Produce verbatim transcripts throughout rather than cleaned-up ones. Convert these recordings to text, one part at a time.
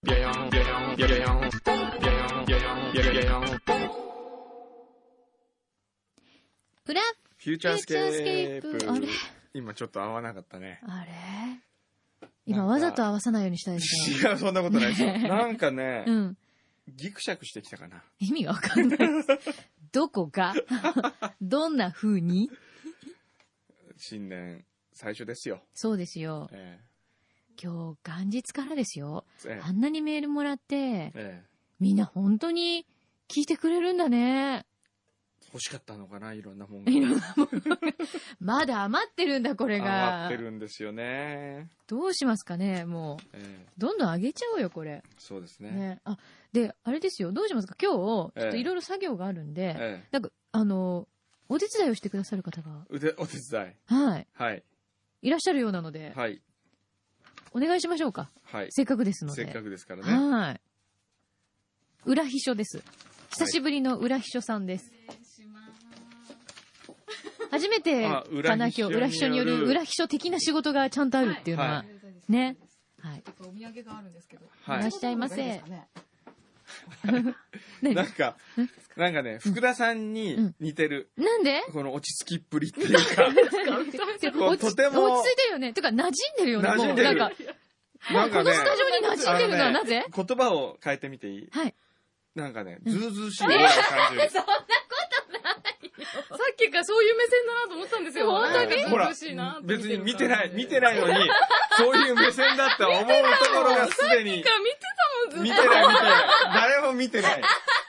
ビャヤンビャヤンビャヤンビャヤンビャヤンビャヤンビャヤンフラフューチャースケープ。 あれ今ちょっと合わなかったね。 あれ今わざと合わさないようにしたですね。 違う、そんなことないですよ。なんかね、 うん。 ギクシャクしてきたかな。 意味がわかんないです。どこがどんな風に新年最初ですよ。 そうですよ。 ええ今日元日からですよ、 ええあんなにメールもらって、 ええ、 みんな本当に聞いてくれるんだね。 欲しかったのかな、いろんなもんが。 まだ余ってるんだこれが。 余ってるんですよね。 どうしますかね、もう、ええ、どんどん上げちゃおうよこれ。 そうですね。 ね、あ、であれですよ、どうしますか、今日ちょっといろいろ作業があるんで、ええ、なんかあのお手伝いをしてくださる方が、 お手伝い、 はい、 はい、 いらっしゃるようなので、はい、お願いしましょうか。はい。せっかくですので。 せっかくですからね。 はい。裏秘書です。久しぶりの裏秘書さんです。はい、初めてかな、今日、裏秘書による裏秘書的な仕事がちゃんとあるっていうのは。はい、ね。はい。お土産があるんですけど。はい。いらっしゃいませ。 なんか、なんかね、福田さんに似てる。 うん、なんでこの落ち着きっぷりっていうか。 とても。落ち着いてるよね。てか、馴染んでるよね。馴染んでる。なんか、なんかこのスタジオに馴染んでるのはなぜ？ 言葉を変えてみていい？ はい。 なんかね、ずうずうしいぐらい感じる。 そんなことないよ。 さっきからそういう目線だなと思ったんですよ。 本当に？ ほら、別に見てない、見てないのに、そういう目線だって思うところがすでに。 さっきから見てたもん、 見てない、見てない。誰も見てない。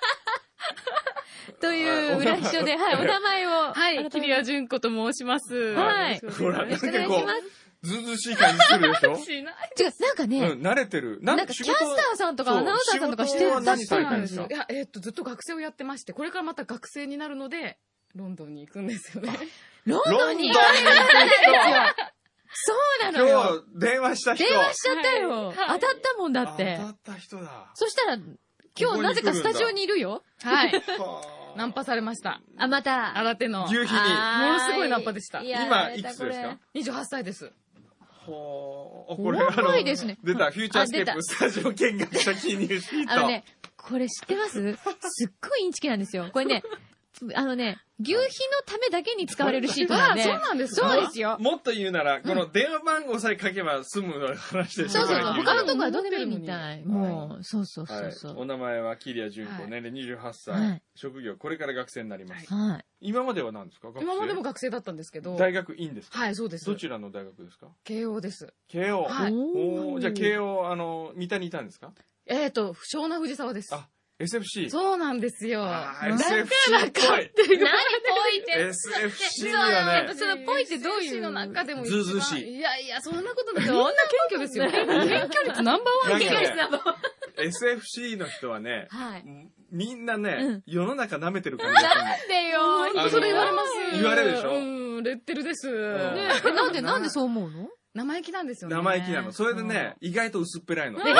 という裏秘書で、はい、お名前を。 はい、桐谷純子と申します。 はい。ほら、なんかこう、ずうずうしい感じするでしょ？ しない。 違う、なんかね、 うん、慣れてる。 なんかキャスターさんとかアナウンサーさんとかしてるんですよ。いや、えっと、ずっと学生をやってまして、これからまた学生になるので、ロンドンに行くんですよね。 ロンドンに行くんですよ。そうなのよ。 今日、電話した人。 電話しちゃったよ。当たったもんだって。 当たった人だ。 そしたら、今日なぜかスタジオにいるよ。 はい。ナンパされました。 あ、また。 新手の。 牛皮に。 ものすごいナンパでした。 今、いくつですか？ にじゅうはっさいです。 ほー。 これ、あの、 出た、フューチャースケープスタジオ見学者記入シート。 あのね、これ知ってます？すっごいインチキなんですよ。これね、あのね、牛皮のためだけに使われるシートなんで。 そうなんですか？そうですよ。 もっと言うなら、この電話番号さえ書けば済む話でしょ。 そうそうそう。他のとこはどうでもいいみたい。もう、そうそうそうそう。 お名前は桐谷純子、年齢にじゅうはっさい。職業、これから学生になります。 はい。 今までは何ですか？ 今までも学生だったんですけど。 大学院ですか？ はい、そうです。 どちらの大学ですか？ 慶応です。 慶応。 はい。 おじゃあ慶応、あの、三田にいたんですか？ えっと、湘南藤沢です。 あ、エスエフシー。 そうなんですよ。 エスエフシー っぽい。 何ぽいって。 エスエフシー にはね。 そのぽいってどういう？ エスエフシー の中でもずうずうしい。 いやいや、そんなことない。そんな謙虚ですよ。謙虚率ナンバーワン。謙虚率ナンバーワン。 エスエフシー の人はね、みんなね、世の中舐めてる感じがする。なんでよ。 それ言われます。 言われるでしょ？ うん、レッテルです。 なんで、なんでそう思うの？ 生意気なんですよね。 生意気なの。それでね、意外と薄っぺらいの。 そう、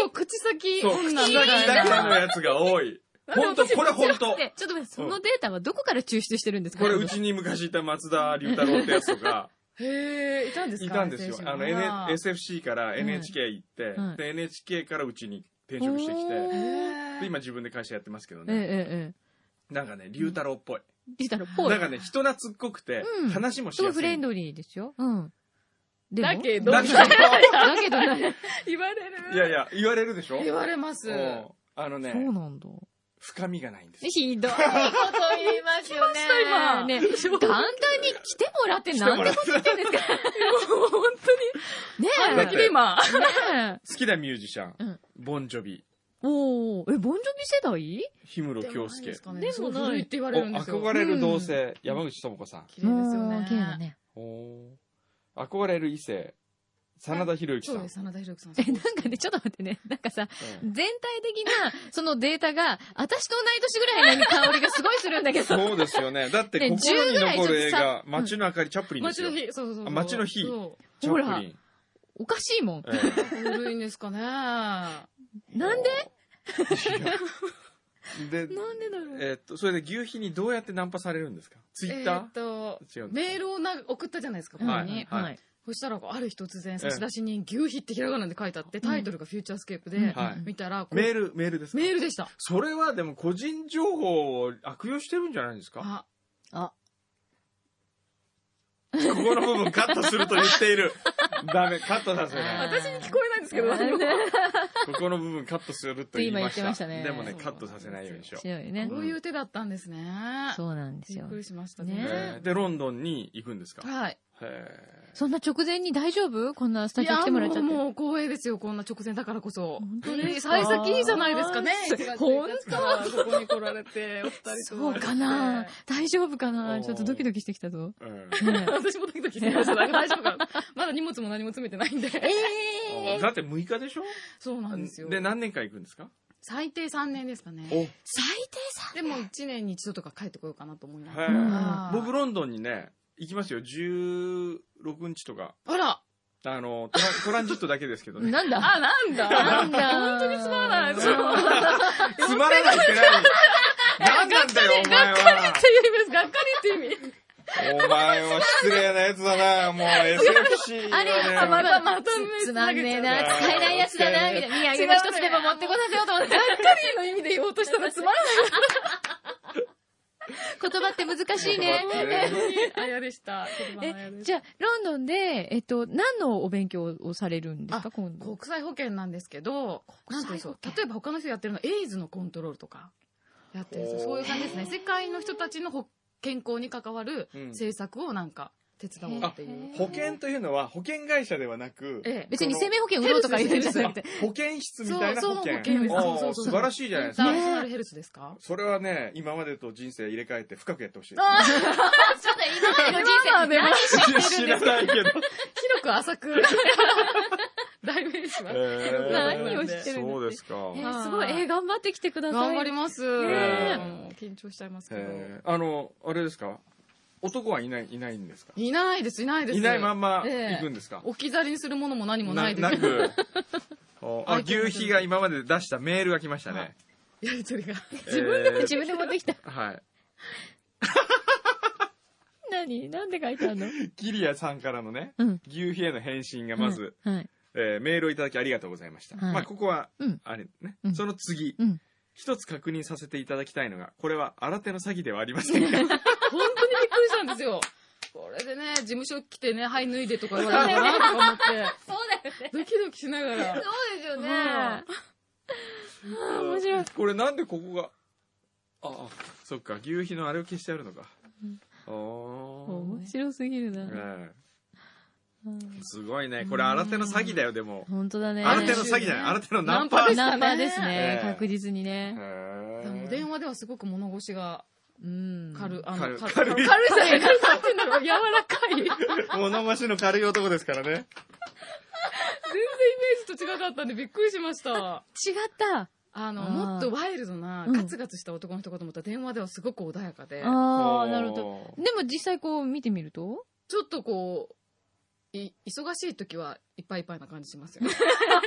口先。 そう、口先だけのやつが多い。本当これ本当。ちょっと待って、そのデータはどこから抽出してるんですか？ これうちに昔いた松田龍太郎ってやつとか。 へえ、いたんですか？ いたんですよ。あの、エスエフシー から エヌエイチケー 行って、で、エヌエイチケー からうちに転職してきて、で、今自分で会社やってますけどね。なんかね、龍太郎っぽい。 龍太郎っぽい。 なんかね、人懐っこくて、話もしやすい。すごいフレンドリーですよ。うん。 だけど、 だけど、 言われる。 いやいや、言われるでしょ？ 言われます。 あのね、 そうなんだ。 深みがないんです。 ひどいこと言いますよね。 今。 ね、簡単に来てもらってなんてこと言ってんですか？ 本当に。 ねえ。 だけ今。 好きなミュージシャン、ボンジョビ。 おー、え、ボンジョビ世代？ 氷室京介。 でも古いって言われるんですよ。 憧れる同性、山口智子さん。 綺麗ですよね。 綺麗だね。 憧れる異性、真田広之さん。 そうです、真田広之さん。 え、なんかね、ちょっと待ってね。なんかさ、全体的な、そのデータが、私と同い年ぐらいの香りがすごいするんだけど。 そうですよね。だって、心に残る映画、街の明かり、チャップリンですよ。 街の日、そうそうそう。 街の日、チャップリン。 おかしいもん。 古いんですかね。 なんでで、 なんでだろう。 えっと、それで牛皮にどうやってナンパされるんですか？ツイッター？ えっと、メールをな送ったじゃないですか、ここに。 そしたら、ある日突然、差出しに牛皮ってひらがなで書いてあって、タイトルがフューチャースケープで、見たら、 メール、メールですか？ メールでした。 それはでも個人情報を悪用してるんじゃないですか？ あ、 あ。 ここの部分カットすると言っている。ダメ、カットさせない。 私に聞こえないんですけど、 ここの部分カットすると言いました。 今言ってましたね。 でもね、カットさせないようにしよう。 ね。 こういう手だったんですね。 そうなんですよ。 びっくりしましたね。 で、ロンドンに行くんですか？ はい。 そんな直前に大丈夫？こんなスタジオ来てもらっちゃって。 もう光栄ですよ、こんな直前だからこそ。本当に幸先いいじゃないですかね。 本当ここに来られて、お二人と。 そうかな？大丈夫かな？ちょっとドキドキしてきたぞ。 私もドキドキしてきました。大丈夫かな？まだ荷物も何も詰めてないんで。 えだってむいかでしょ？ そうなんですよ。 で、何年間行くんですか？ 最低さんねんですかね。 最低さんねん？ でもいちねんに一度とか帰ってこようかなと思いながら。僕、ロンドンにね、行きますよ。じゅうろくにちとか。 あら！ あのトラ、トランジットだけですけどね。 なんだあ、なんだなんだ本当につまらない。 つまらないって何？何なんだよ、お前は。 がっかりっていう意味です。がっかりっていう意味。 お前は失礼なやつだな、もう エスエフシーあれ、またまたつまんねえな、使えないやつだな、みたいな。土産の一つでも持ってこさせようと思って。 がっかりの意味で言おうとしたらつまらない。 言葉って難しいね。 あやでした。 じゃあ、ロンドンで、えっと、何のお勉強をされるんですか、今度。 国際保健なんですけど、なんていうの、例えば他の人やってるのはエイズのコントロールとか、やってるんですよ。そういう感じですね。世界の人たちの健康に関わる政策をなんか、手伝おうっていう。 保険というのは保険会社ではなく、 別に生命保険売ろうとか言ってるんじゃなくて、 保健室みたいな保険。 そう素晴らしいじゃないですか。 インターナショナルヘルスですか？ それはね、今までと人生入れ替えて深くやってほしい。 ちょっと今までの人生何知ってるんですか？ 知らないけど。 広く浅く。代名詞は。 何を知ってるんそうですか。 すごい。え、頑張ってきてください。 頑張ります。緊張しちゃいますけど。 あの、あれですか？男はいない、いないんですか？ いないです、いないです。 いないまんま行くんですか？ 置き去りにするものも何もないです。 なく。あ、牛皮が今まで出したメールが来ましたね。 やりとりが。 自分で、自分で持ってきた。 はい。 何？なんで書いてあるの？ キリアさんからのね、牛皮への返信がまず、メールをいただきありがとうございました。まあ、ここは、あれね、その次。一つ確認させていただきたいのが、これは新手の詐欺ではありませんか？ 本当にびっくりしたんですよ。これでね、事務所来てね、はい脱いでとか言われるなとか思って。 そうだよね。 ドキドキしながら。 そうですよね。面白い。 これなんでここが、ああ、そっか、牛皮のあれを消してあるのか。 面白すぎるな。 すごいね。これ新手の詐欺だよ、でも。 本当だね。 新手の詐欺じゃない。新手のナンパ。 ナンパですね。確実にね。 電話ではすごく物腰が軽、あの、 軽い。 軽い。軽いじゃない。軽さっていうのが柔らかい。 物腰の軽い男ですからね。全然イメージと違かったんでびっくりしました。違った。 あの、もっとワイルドな、ガツガツした男の人かと思ったら電話ではすごく穏やかで。 ああ、なるほど。でも実際こう見てみるとちょっとこう、い忙しい時はいっぱいいっぱいな感じしますよね。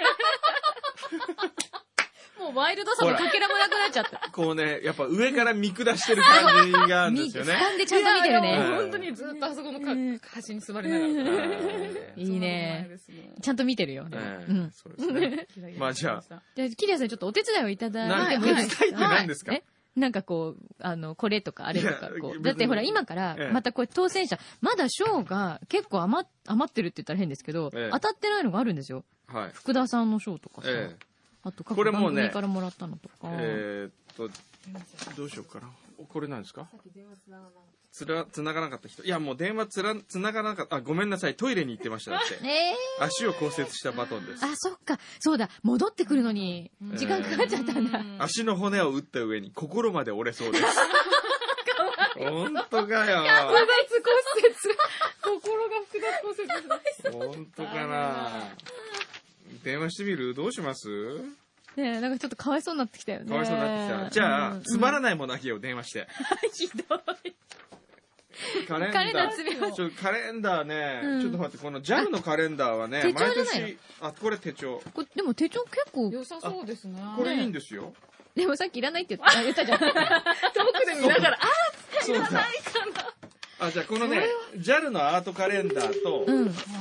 もうワイルドさのかけらもなくなっちゃった。 こうね、やっぱ上から見下してる感じがあるんですよね。 俯瞰でちゃんと見てるね。 本当にずっとあそこの端に座りながら。 いいね。ちゃんと見てるよ。 そうですね。まあじゃあ。 じゃあ、キリアさんちょっとお手伝いをいただいてもいいですか？お手伝いって何ですか？ なんかこう、あの、これとかあれとか、こう。だってほら、今から、またこれ当選者、まだ賞が結構余ってるって言ったら変ですけど、当たってないのがあるんですよ。はい。福田さんの賞とかさ。あと、各番組からもらったのとか。 えっと、どうしようかな。これなんですか？つら、つながなかった人。いや、もう電話つら、つながなかった。あ、ごめんなさい。トイレに行ってましたって。えー、足を骨折したバトンです。 あ、そっか。そうだ。戻ってくるのに、時間かかっちゃったんだ。 足の骨を打った上に、心まで折れそうです。本当かよ。 複雑骨折。心が複雑骨折。本当かな。電話してみる？どうします？ ねえ、なんかちょっとかわいそうになってきたよね。 かわいそうになってきた。じゃあ、つまらないものあげよう、電話して。 ひどい。 カレンダー。ちょカレンダーね、ちょっと待って、この ジャル のカレンダーはね、毎年、あ、これ手帳。 でも手帳結構良さそうですね。 これいいんですよ。 でもさっきいらないって言ったじゃん。遠くで見ながら、あー、いらないかな。あ、じゃあこのね、ジャル のアートカレンダーと、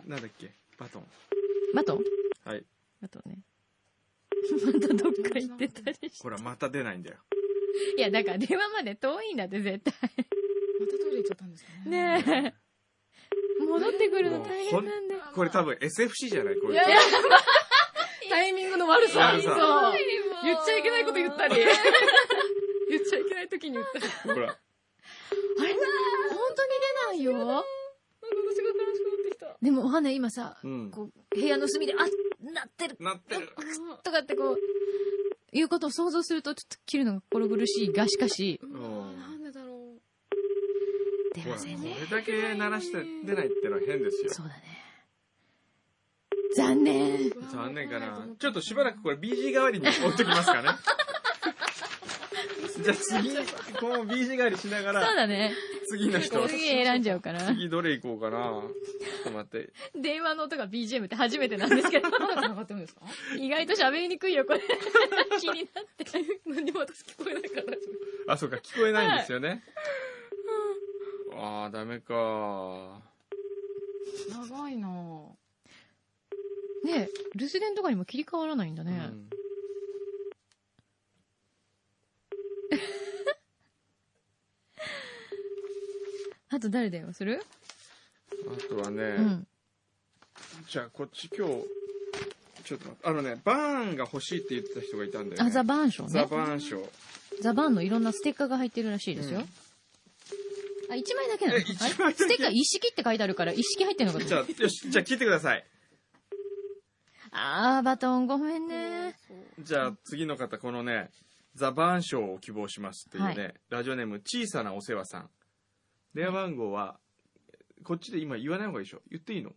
なんだっけバトン。 バトンはい。 バトンね。またどっか行ってたりして。 ほら、また出ないんだよ。 いや、だから電話まで遠いんだって絶対。またトイレ行っちゃったんですかね。 ねえ。戻ってくるの大変なんだよ。 これ多分 エスエフシー じゃないこれ。いやタイミングの悪さ。 悪さ。 そう。言っちゃいけないこと言ったり。言っちゃいけない時に言ったり。 ほら。あれ本当に出ないよ。なんか私が悲しくなってきた。 でもわかんない、今さ、うん、こう部屋の隅で、あ、なってる。 なってる。 とかってこう、いうことを想像するとちょっと切るのが心苦しいがしかし。 なんでだろう。 出ませんね。 これだけ鳴らして出ないってのは変ですよ。 そうだね。残念。 残念かな。ちょっとしばらくこれ ビージー 代わりに置いときますかね。じゃあ次、この ビージー 代わりしながら。 そうだね。 次の人。 次選んじゃおうかな。 次どれ行こうかな。ちょっと待って。 電話の音が ビージーエム って初めてなんですけど。 まだ繋がってるんですか？ 意外と喋りにくいよ、これ。気になって。 何も私聞こえないから。 あ、そうか、聞こえないんですよね。ああ、ダメか。 長いなぁ。 ねえ、留守電とかにも切り替わらないんだね。うん、あと誰電話する？ あとはね、うん、じゃあこっち今日、ちょっと待って、あのね、バーンが欲しいって言ってた人がいたんだよね。 あ、ザ・バーン賞ね。 ザ・バーン賞。 ザ・バーンのいろんなステッカーが入ってるらしいですよ。うん、あ、一枚だけなの？ え、一枚だけ？ ステッカー一式って書いてあるから、一式入ってるのかと。 じゃあ、よし、じゃあ聞いてください。 あー、バトンごめんね。 じゃあ次の方、このね、ザ・バーン賞を希望しますっていうね、はい、ラジオネーム、小さなお世話さん。電話番号は、こっちで今言わない方がいいでしょ？言っていいの？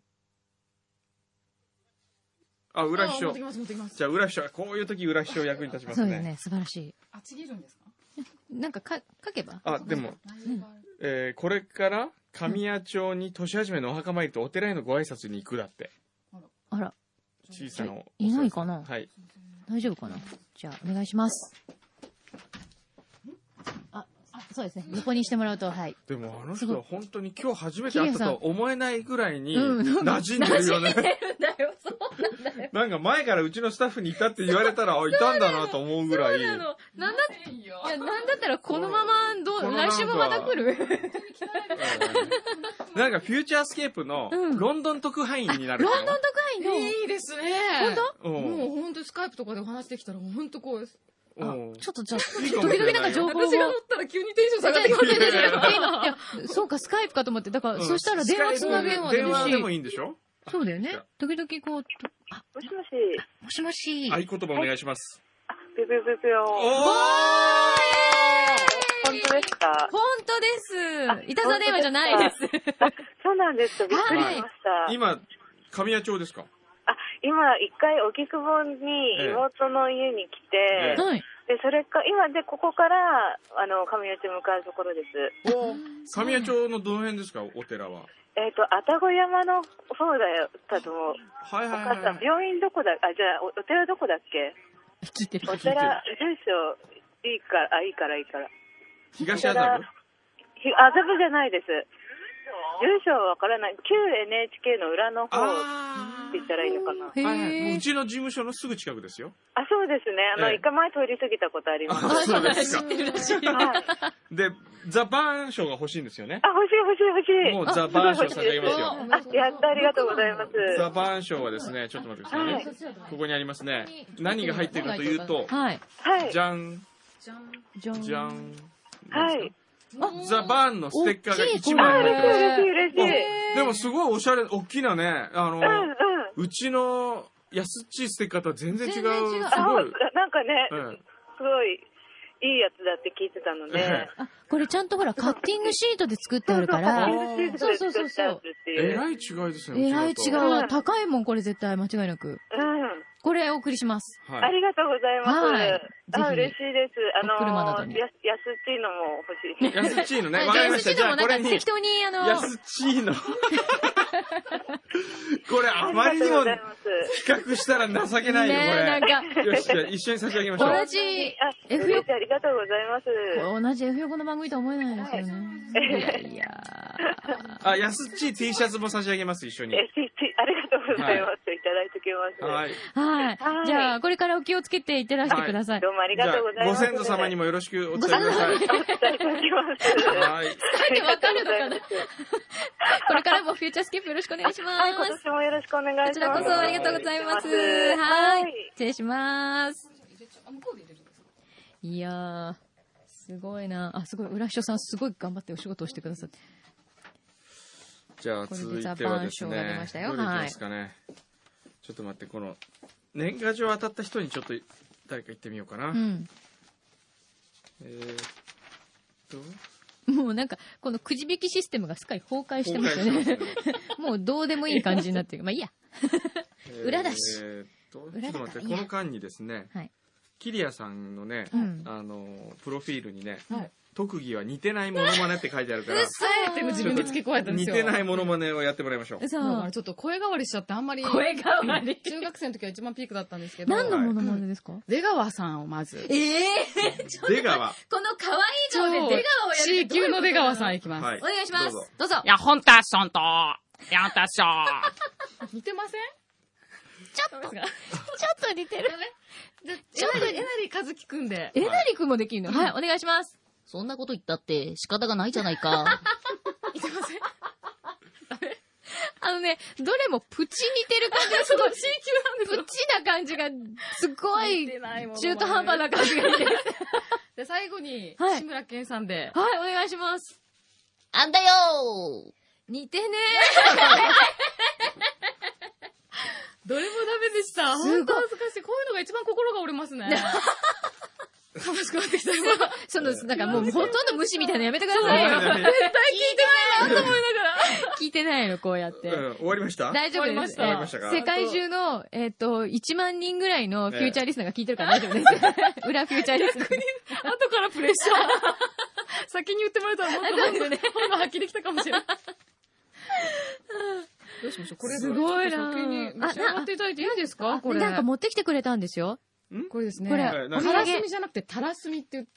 あ、裏秘書。じゃあ裏秘書、こういう時裏秘書役に立ちますね。 そうですね、素晴らしい。 あ、ちぎるんですか？ なんかか書けば？ あ、でも、えー、これから神谷町に年始めのお墓参りとお寺へのご挨拶に行くだって。 あら。 小さな。 いないかな？ はい。 大丈夫かな？じゃあ、お願いします。あ、そうですね。横にしてもらうと、はい。 でもあの人は本当に今日初めて会ったと思えないぐらいに馴染んでるよね。馴染んでるんだよ。そうなんだよ。なんか前からうちのスタッフにいたって言われたら、あ、いたんだなと思うぐらい。そうなの。 なんだ、いや、なんだったらこのまま、どう、来週もまた来る？ なんかフューチャースケープのロンドン特派員になる。 ロンドン特派員のいいですね。 本当？ もう本当スカイプとかでお話できたら本当こうです。 あ、ちょっとじゃあ、時々なんか情報を。 私が乗ったら急にテンション下がってくる。 いや、そうか、スカイプかと思って。だから、そしたら電話つなげよう電話でもいいんでしょ？ そうだよね。時々こう、 あ、もしもし。 もしもし。 合言葉お願いします。 あ、ぴぴぴぴよ。 おー！ 本当ですか？ 本当です。いたずら電話じゃないです。 そうなんです。びっくりしました。 今、神谷町ですか？ あ、今、一回、荻窪に妹の家に来て、 はい。 で、それか、今で、ここから、あの、神谷町に向かうところです。 お神谷町のどの辺ですか、お寺は？ えっと、愛宕山の方だよ、だと思う。 はいはいはい。 お母さん、病院どこだ、あ、じゃあ、お寺どこだっけ？ 聞いてる。 お寺、住所、いいから、あ、いいから、いいから。 東麻布？麻布じゃないです。住所はわからない。旧 エヌエイチケー の裏の方って言ったらいいのかな。 はいはい。うちの事務所のすぐ近くですよ。 あ、そうですね。あの、一回前通り過ぎたことあります。 あ、そうですか。 知ってるらしい。 で、ザ・バーン賞が欲しいんですよね。 あ、欲しい欲しい欲しい。 もうザ・バーン賞差し上げますよ。 あ、やった、ありがとうございます。 ザ・バーン賞はですね、ちょっと待ってくださいね。ここにありますね。何が入っているかというと、 はい。 じゃん。 じゃん。 じゃん。 はい。 ザ・バーンのステッカーがいちまい入ってます。嬉しい嬉しい。 でもすごいおしゃれ、大きなね、あの、うちの安っちいステッカーとは全然違う。すごい。 なんかね、すごいいいやつだって聞いてたので。 あ、これちゃんとほら、カッティングシートで作ってあるから。 そうそうそうそう。 えらい違いですね。 えらい違う。高いもん、これ絶対間違いなく。 うん。 これお送りします。 ありがとうございます。はい。あ、嬉しいです。あのー、や、やすちーのも欲しい。 やすちーのね、わかりました。じゃあ、これに。 適当に、あのー、 やすちーの。これ、あまりにも、比較したら情けないよ、これ。なんか。よし、じゃあ、一緒に差し上げましょう。 同じ、 F 横。ありがとうございます。 同じ F 横の番組とは思えないですよね。いやいやあ、やすちー T シャツも差し上げます、一緒に。 え、T、ありがとうございます。いただいてきます。 はい。 はい。じゃあ、これからお気をつけていってらしてください。 どうもありがとうございます。 ご先祖様にもよろしくお伝えください。 お伝えいただきます。 はい。 伝えてわかるのかな。これからもフューチャースケープよろしくお願いします。 はい、今年もよろしくお願いします。 こちらこそありがとうございます。はい。失礼します。いやー、すごいな。あ、すごい。浦所さん、すごい頑張ってお仕事をしてくださって。 じゃあ、続いてはですね。どれいきますかね。ちょっと待って、この、年賀状当たった人にちょっと、誰か言ってみようかな。うん。えーっと。 もうなんか、このくじ引きシステムがすっかり崩壊してますよね。もうどうでもいい感じになってる。まあいいや。裏だし。 えーっと、ちょっと待って、この間にですね、はい、キリアさんのね、うん、あの、プロフィールにね、はい、特技は似てないモノマネって書いてあるから、あえて自分で付け加えたんですよ。 似てないモノマネをやってもらいましょう。 そう。ちょっと声変わりしちゃってあんまり。 声変わり中学生の時は一番ピークだったんですけど。 何のモノマネですか？ 出川さんをまず。 ええ出川。 この可愛い顔で出川をやる。 C 級の出川さんいきます。 お願いします。どうぞ。 いや、ほんたしょんと、やんたしょ似てません？ ちょっと、ちょっと似てる。 ちょっと、えなりかずきくんで。 えなりくんもできるの？はい、お願いします。そんなこと言ったって仕方がないじゃないか。 似てません？ あのね、どれもプチ似てる感じがすごい。C 級なんですよ。プチな感じがすごい中途半端な感じがいいです。 で、最後に、志村けんさんで。 はい、お願いします。 あんだよー似てねー。どれもダメでした。ほんと恥ずかしい。こういうのが一番心が折れますね。楽しくなってきた。 その、なんかもうほとんど無視みたいなのやめてくださいよ。 絶対聞いてないなと思いながら。 聞いてないの、こうやって。 うん、終わりました？ 大丈夫です。終わりましたか？世界中の、えっと、いちまん人ぐらいのフューチャーリスナーが聞いてるから大丈夫です。裏フューチャーリスナー。 後からプレッシャー。先に言ってもらえたらもっとなんでね、ほんま発揮できたかもしれない。どうしましょう？これすごいな。 先に召し上がっていただいていいですか？これ。 なんか持ってきてくれたんですよ。 これですね。これ、カラスミじゃなくてタラスミって言って、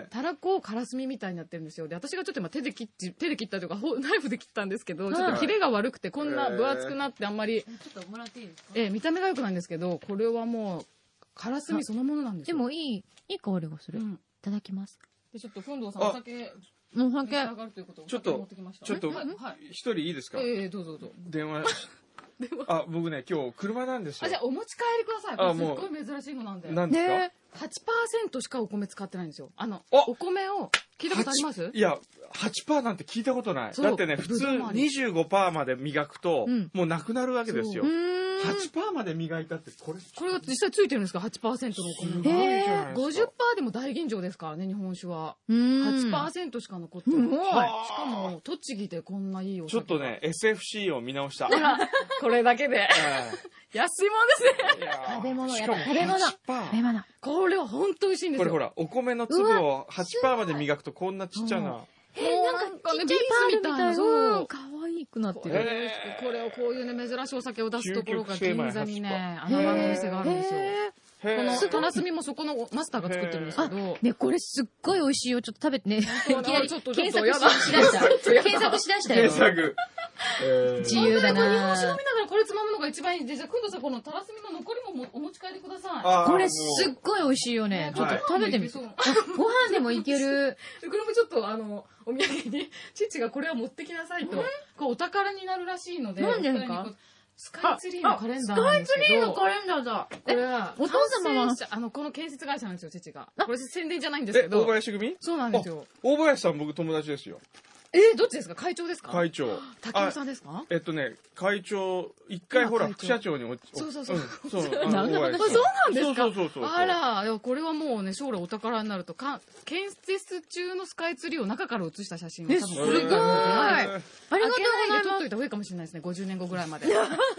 たらこをカラスミみたいになってるんですよ。で、私がちょっと今手で切って、手で切ったというか、ナイフで切ったんですけど、ちょっとキレが悪くて、こんな分厚くなってあんまり、 ちょっともらっていいですか？ ええ、見た目が良くないんですけど、これはもう、カラスミそのものなんですよ。 でもいい、いい香りがする。いただきます。 で、ちょっと、ふんどうさん、お酒、 もうお酒、 ちょっと、ちょっと、一人いいですか？ ええ、どうぞどうぞ。 電話。あ、僕ね、今日車なんですよ。 あ、じゃあお持ち帰りください。これすっごい珍しいのなんで。 何ですか？ はちパーセント しかお米使ってないんですよ。あの、お米を、聞いたことあります？ いや、はちパーセント なんて聞いたことない。だってね、普通 にじゅうごパーセント まで磨くと、もうなくなるわけですよ。はちパーセント まで磨いたって、これ。 これが実際ついてるんですか？ はちパーセント のお米が。 へー。 ごじゅっパーセント でも大吟醸ですからね、日本酒は。はちパーセント しか残ってない。しかも、栃木でこんないいお酒。 ちょっとね、エスエフシー を見直した。 これだけで。安いもんですね。 食べ物やった。食べ物。食べ物。 これは本当美味しいんですよ。 これほら、お米の粒を はちパーセント まで磨くとこんなちっちゃな。 えー、なんかね、ビーズみたいな。そう。可愛くなってる。 これをこういうね、珍しいお酒を出すところが銀座にね、穴場のお店があるんですよ。このタラスミもそこのマスターが作ってるんですけど。 ね、これすっごい美味しいよ。ちょっと食べてね。いきなり検索しだした。検索しだしたよ。 検索。 自由だな。 日本酒飲みながらこれつまむのが一番いい。じゃあ、くんどさん、このタラスミの残りもお持ち帰りください。これすっごい美味しいよね。ちょっと食べてみて。ご飯でもいける。 これもちょっと、あの、お土産に、父がこれは持ってきなさいと。こうお宝になるらしいので。 何ですか？ スカイツリーのカレンダーなんですけど。 スカイツリーのカレンダーだ。 これは、お父様は、あの、この建設会社なんですよ、父が。これ宣伝じゃないんですけど。 大林組？ そうなんですよ。 大林さん僕友達ですよ。 え、どっちですか？会長ですか？ 会長。 竹尾さんですか？ えっとね、会長、一回ほら、副社長に落ち、 そうそうそう。 そう、 そうなんですか？ そうそうそう。 あら、これはもうね、将来お宝になると、か建設中のスカイツリーを中から写した写真が多分これが。ありがとうございます。撮っといた方がいいかもしれないですね、ごじゅうねんごぐらいまで。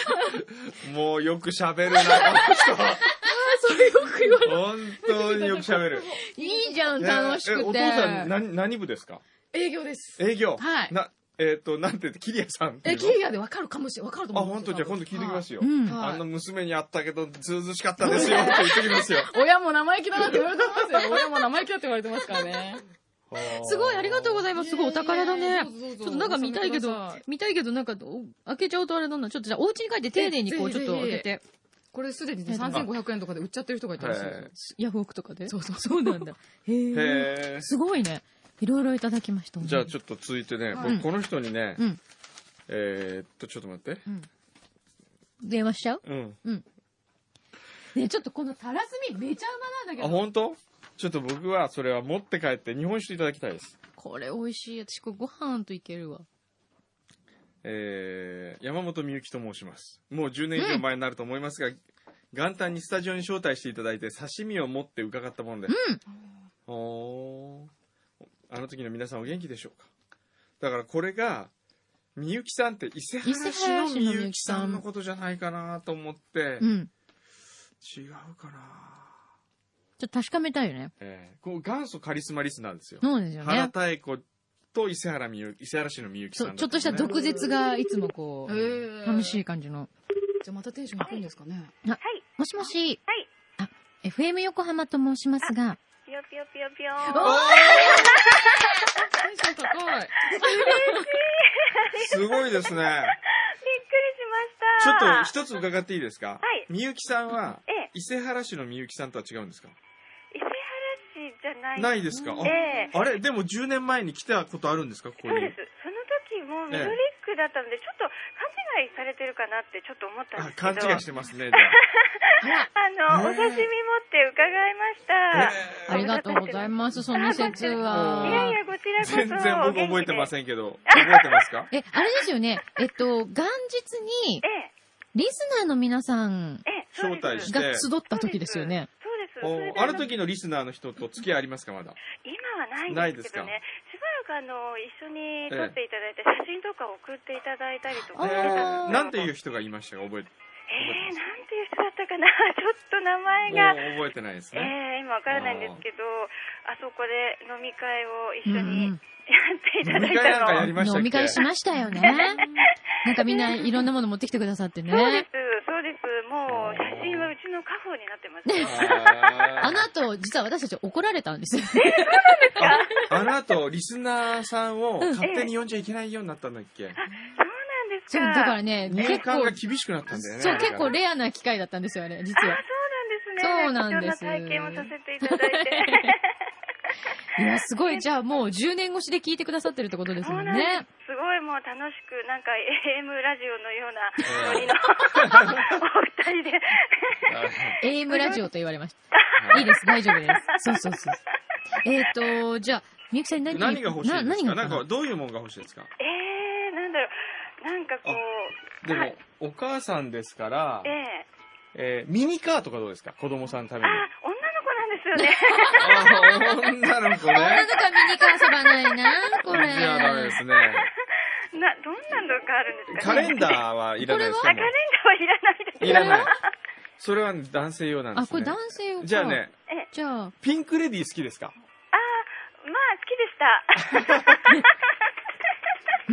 もうよく喋るな、この人。 それよく言われる。 本当によく喋る。 いいじゃん、楽しくて。 お父さん、何、何部ですか？ 営業です。 営業。 はい。 な、えっと、なんて、キリアさん。 え、キリアでわかるかもしれない。わかると思う。 あ、本当じゃあ今度聞いてきますよ。あの娘に会ったけど、ずうずしかったですよって言ってきますよ。 親も生意気だなって言われてますよ。親も生意気だって言われてますからね。 すごい、ありがとうございます。すごいお宝だね。ちょっとなんか見たいけど、見たいけど、なんか、開けちゃうとあれなんだ。ちょっとじゃあ、お家に帰って丁寧にこう、ちょっと開けて。 これすでにね、さんぜんごひゃくえんとかで売っちゃってる人がいたりする。 ヤフオクとかで。 そうそう。 そうなんだ。へえ。すごいね。いろいろいただきました。 じゃあちょっと続いてね、僕この人にね、えっと、ちょっと待って。 電話しちゃう？ うん。 うん。ね、ちょっとこのタラスミめちゃうまなんだけど。 あ、本当？ちょっと僕はそれは持って帰って日本酒いただきたいです。 これ美味しい。私これご飯といけるわ。 えー、山本美幸と申します。もうじゅうねん以上前になると思いますが、うん、元旦にスタジオに招待していただいて刺身を持って伺ったものです。うん。おー。あの時の皆さんお元気でしょうか？だからこれが、みゆきさんって伊勢原市のみゆきさんのことじゃないかなと思って、うん、違うかな。 ちょっと確かめたいよね。 えー、こう元祖カリスマリスなんですよ。 そうですよね。 原太鼓と伊勢原みゆ伊勢原市のみゆきさん、ね、 そう、ちょっとした毒舌がいつもこう、楽しい感じの。 じゃあまたテンション低いんですかね。 はい。もしもし。はい。あ、エフエム 横浜と申しますが。 ぴよぴよぴよぴよー。おーテンション高い。 すごいですね。びっくりしました。 ちょっと一つ伺っていいですか？はい。みゆきさんは、 ええ、 伊勢原市のみゆきさんとは違うんですか？ 伊勢原市じゃない。 ないですか？あ、 ええ、 あれでもじゅうねんまえに来たことあるんですか？ここに。 そうです。その時もミドリックだったので、ちょっと勘違いされてるかなってちょっと思ったんですけど。 あ、勘違いしてますね、じゃあ。 あの、お刺身持って伺いました。 ありがとうございます、その説は。 いやいや、こちらこそ。 全然僕覚えてませんけど、覚えてますか？ え、あれですよね。えっと、元日に、リスナーの皆さん招待してが集った時ですよね。 そうです。 あの時のリスナーの人と付き合いありますか、まだ？ 今はないんですけどね。しばらくあの、一緒に撮っていただいて、写真とか送っていただいたりとか。 なんていう人がいましたか？覚えて。 えー、なんていう人だったかなちょっと名前が。 もう覚えてないですね。 えー、今わからないんですけど、あそこで飲み会を一緒にやっていただいたの。飲み会なんかやりましたっけ？ 飲み会しましたよね。なんかみんないろんなもの持ってきてくださってね。 そうです、そうです。もう写真はうちの家宝になってますよ。 あの後、実は私たち怒られたんですよ。 え、そうなんですか？ あの後、リスナーさんを勝手に呼んじゃいけないようになったんだっけ？ そう、だからね、 入管が厳しくなったんだよね。 そう、結構レアな機会だったんですよ、あれ、実は。 あ、そうなんですね。 そうなんです。 貴重な体験をさせていただいて。 いや、すごい、じゃあもうじゅうねん越しで聞いてくださってるってことですもんね。 すごいもう楽しく、なんか エーエム ラジオのようなノリのお二人で。 エーエム ラジオと言われました。いいです、大丈夫です。そうそうそう。えっと、じゃあ、みゆきさんに何何が欲しいですか？ 何がなんかどういうものが欲しいですか？ えー、なんだろう。なんかこう。 でも、お母さんですから、 えええー、ミニカーとかどうですか？子供さんのために。 あ、女の子なんですよね。 あ、女の子ね。 女の子はミニカー遊ばないな、これ。 じゃあダメですね。 な、どんなのがあるんですかね？カレンダーはいらないですか？ カレンダーはいらないです。 いらない。それは男性用なんですね。 あ、これ男性用か。 じゃあね、 じゃあ。 ピンクレディー好きですか？ ああ、まあ好きでした。うん。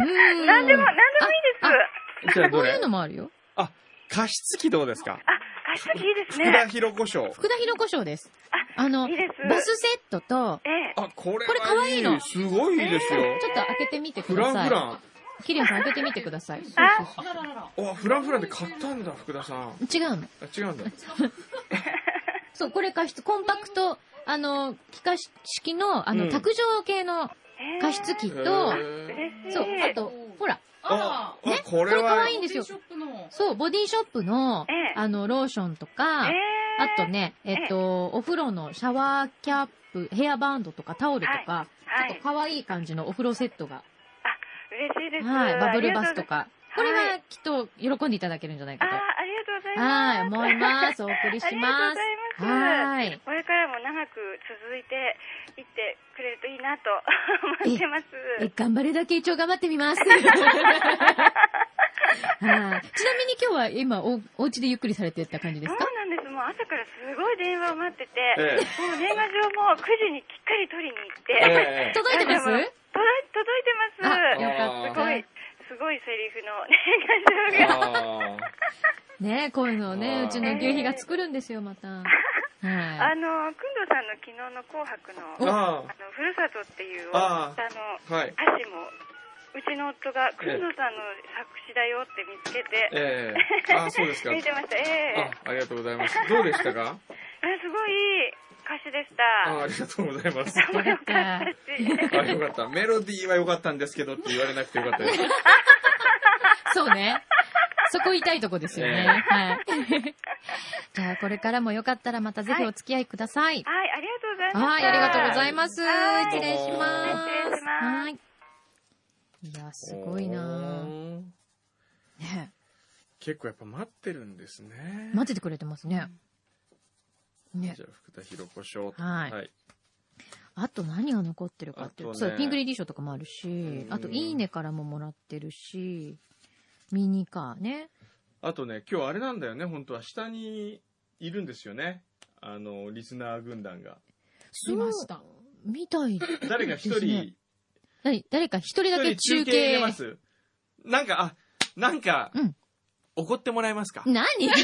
なんでも、なんでもいいです。 じゃあどれ？こういうのもあるよ。 あ、加湿器どうですか？ あ、加湿器いいですね。 福田博子賞。 福田博子賞です。あ、あの、 いいです。 バスセットと、 ええ。 あ、これこれ可愛いの。 すごいいいですよ。 ちょっと開けてみてください。 フランフラン。 キリアさん開けてみてください。 あ、 あ、フランフランで買ったんだ、福田さん。 違うの。 違うんだ。 そう、これ加湿、コンパクト、あの、気化式の、あの、卓上系の加湿器と、そう、あと、ほら。 あ、 ね、 これは可愛いんですよ。そう、ボディショップの、あの、ローションとか、あとね、えっと、お風呂のシャワーキャップ、ヘアバンドとかタオルとか、ちょっと可愛い感じのお風呂セットが。 あ、嬉しいです。 はい、バブルバスとか。これはきっと喜んでいただけるんじゃないかと。 あ、ありがとうございます。 はい、思います。お送りします。 ありがとうございます。 はい。 これからも長く続いていってくれるといいなと思ってます。 え、頑張れだけ一応頑張ってみます。 ちなみに今日は今お、お家でゆっくりされてた感じですか？ そうなんです。もう朝からすごい電話を待ってて、ええ、もう年賀状もくじにきっかり取りに行って。 ええ、届いてます？ 届いてます。 よかった。 すごい、すごいセリフの年賀状が。 ねえ、こういうのをね、うちの牛皮が作るんですよ、また。はい。 あの、くんどうさんの昨日の紅白の、あの、ふるさとっていう歌の歌詞も、うちの夫が、くんどうさんの作詞だよって見つけて、 ええー、あ、そうですか。 見てました。ええー。あ、ありがとうございます。どうでしたか？ すごい歌詞でした。 あ、ありがとうございます。 よかったし。 あ、よかった。メロディーは良かったんですけどって言われなくてよかったです。 そうね。そこ痛いとこですよね。えー、はい。じゃあ、これからもよかったらまたぜひお付き合いください。 はい、はい、ありがとうございます。 はい、ありがとうございます。失礼します。 失礼します。 はい。いや、すごいなぁ。ね。 結構やっぱ待ってるんですね。 待っててくれてますね。 ね。じゃあ、福田ひろ子賞。 はい。はい。あと何が残ってるかっていうと、そう、ピンクレディー賞とかもあるし、あと、いいねからももらってるし、ミニカーね。 あとね、今日あれなんだよね、本当は下にいるんですよね。あの、リスナー軍団が。 いました。みたい。 誰か一人、 誰、誰か一人だけ中継。中継入れます。 なんか、あ、なんか、うん、怒ってもらえますか？ 何？逆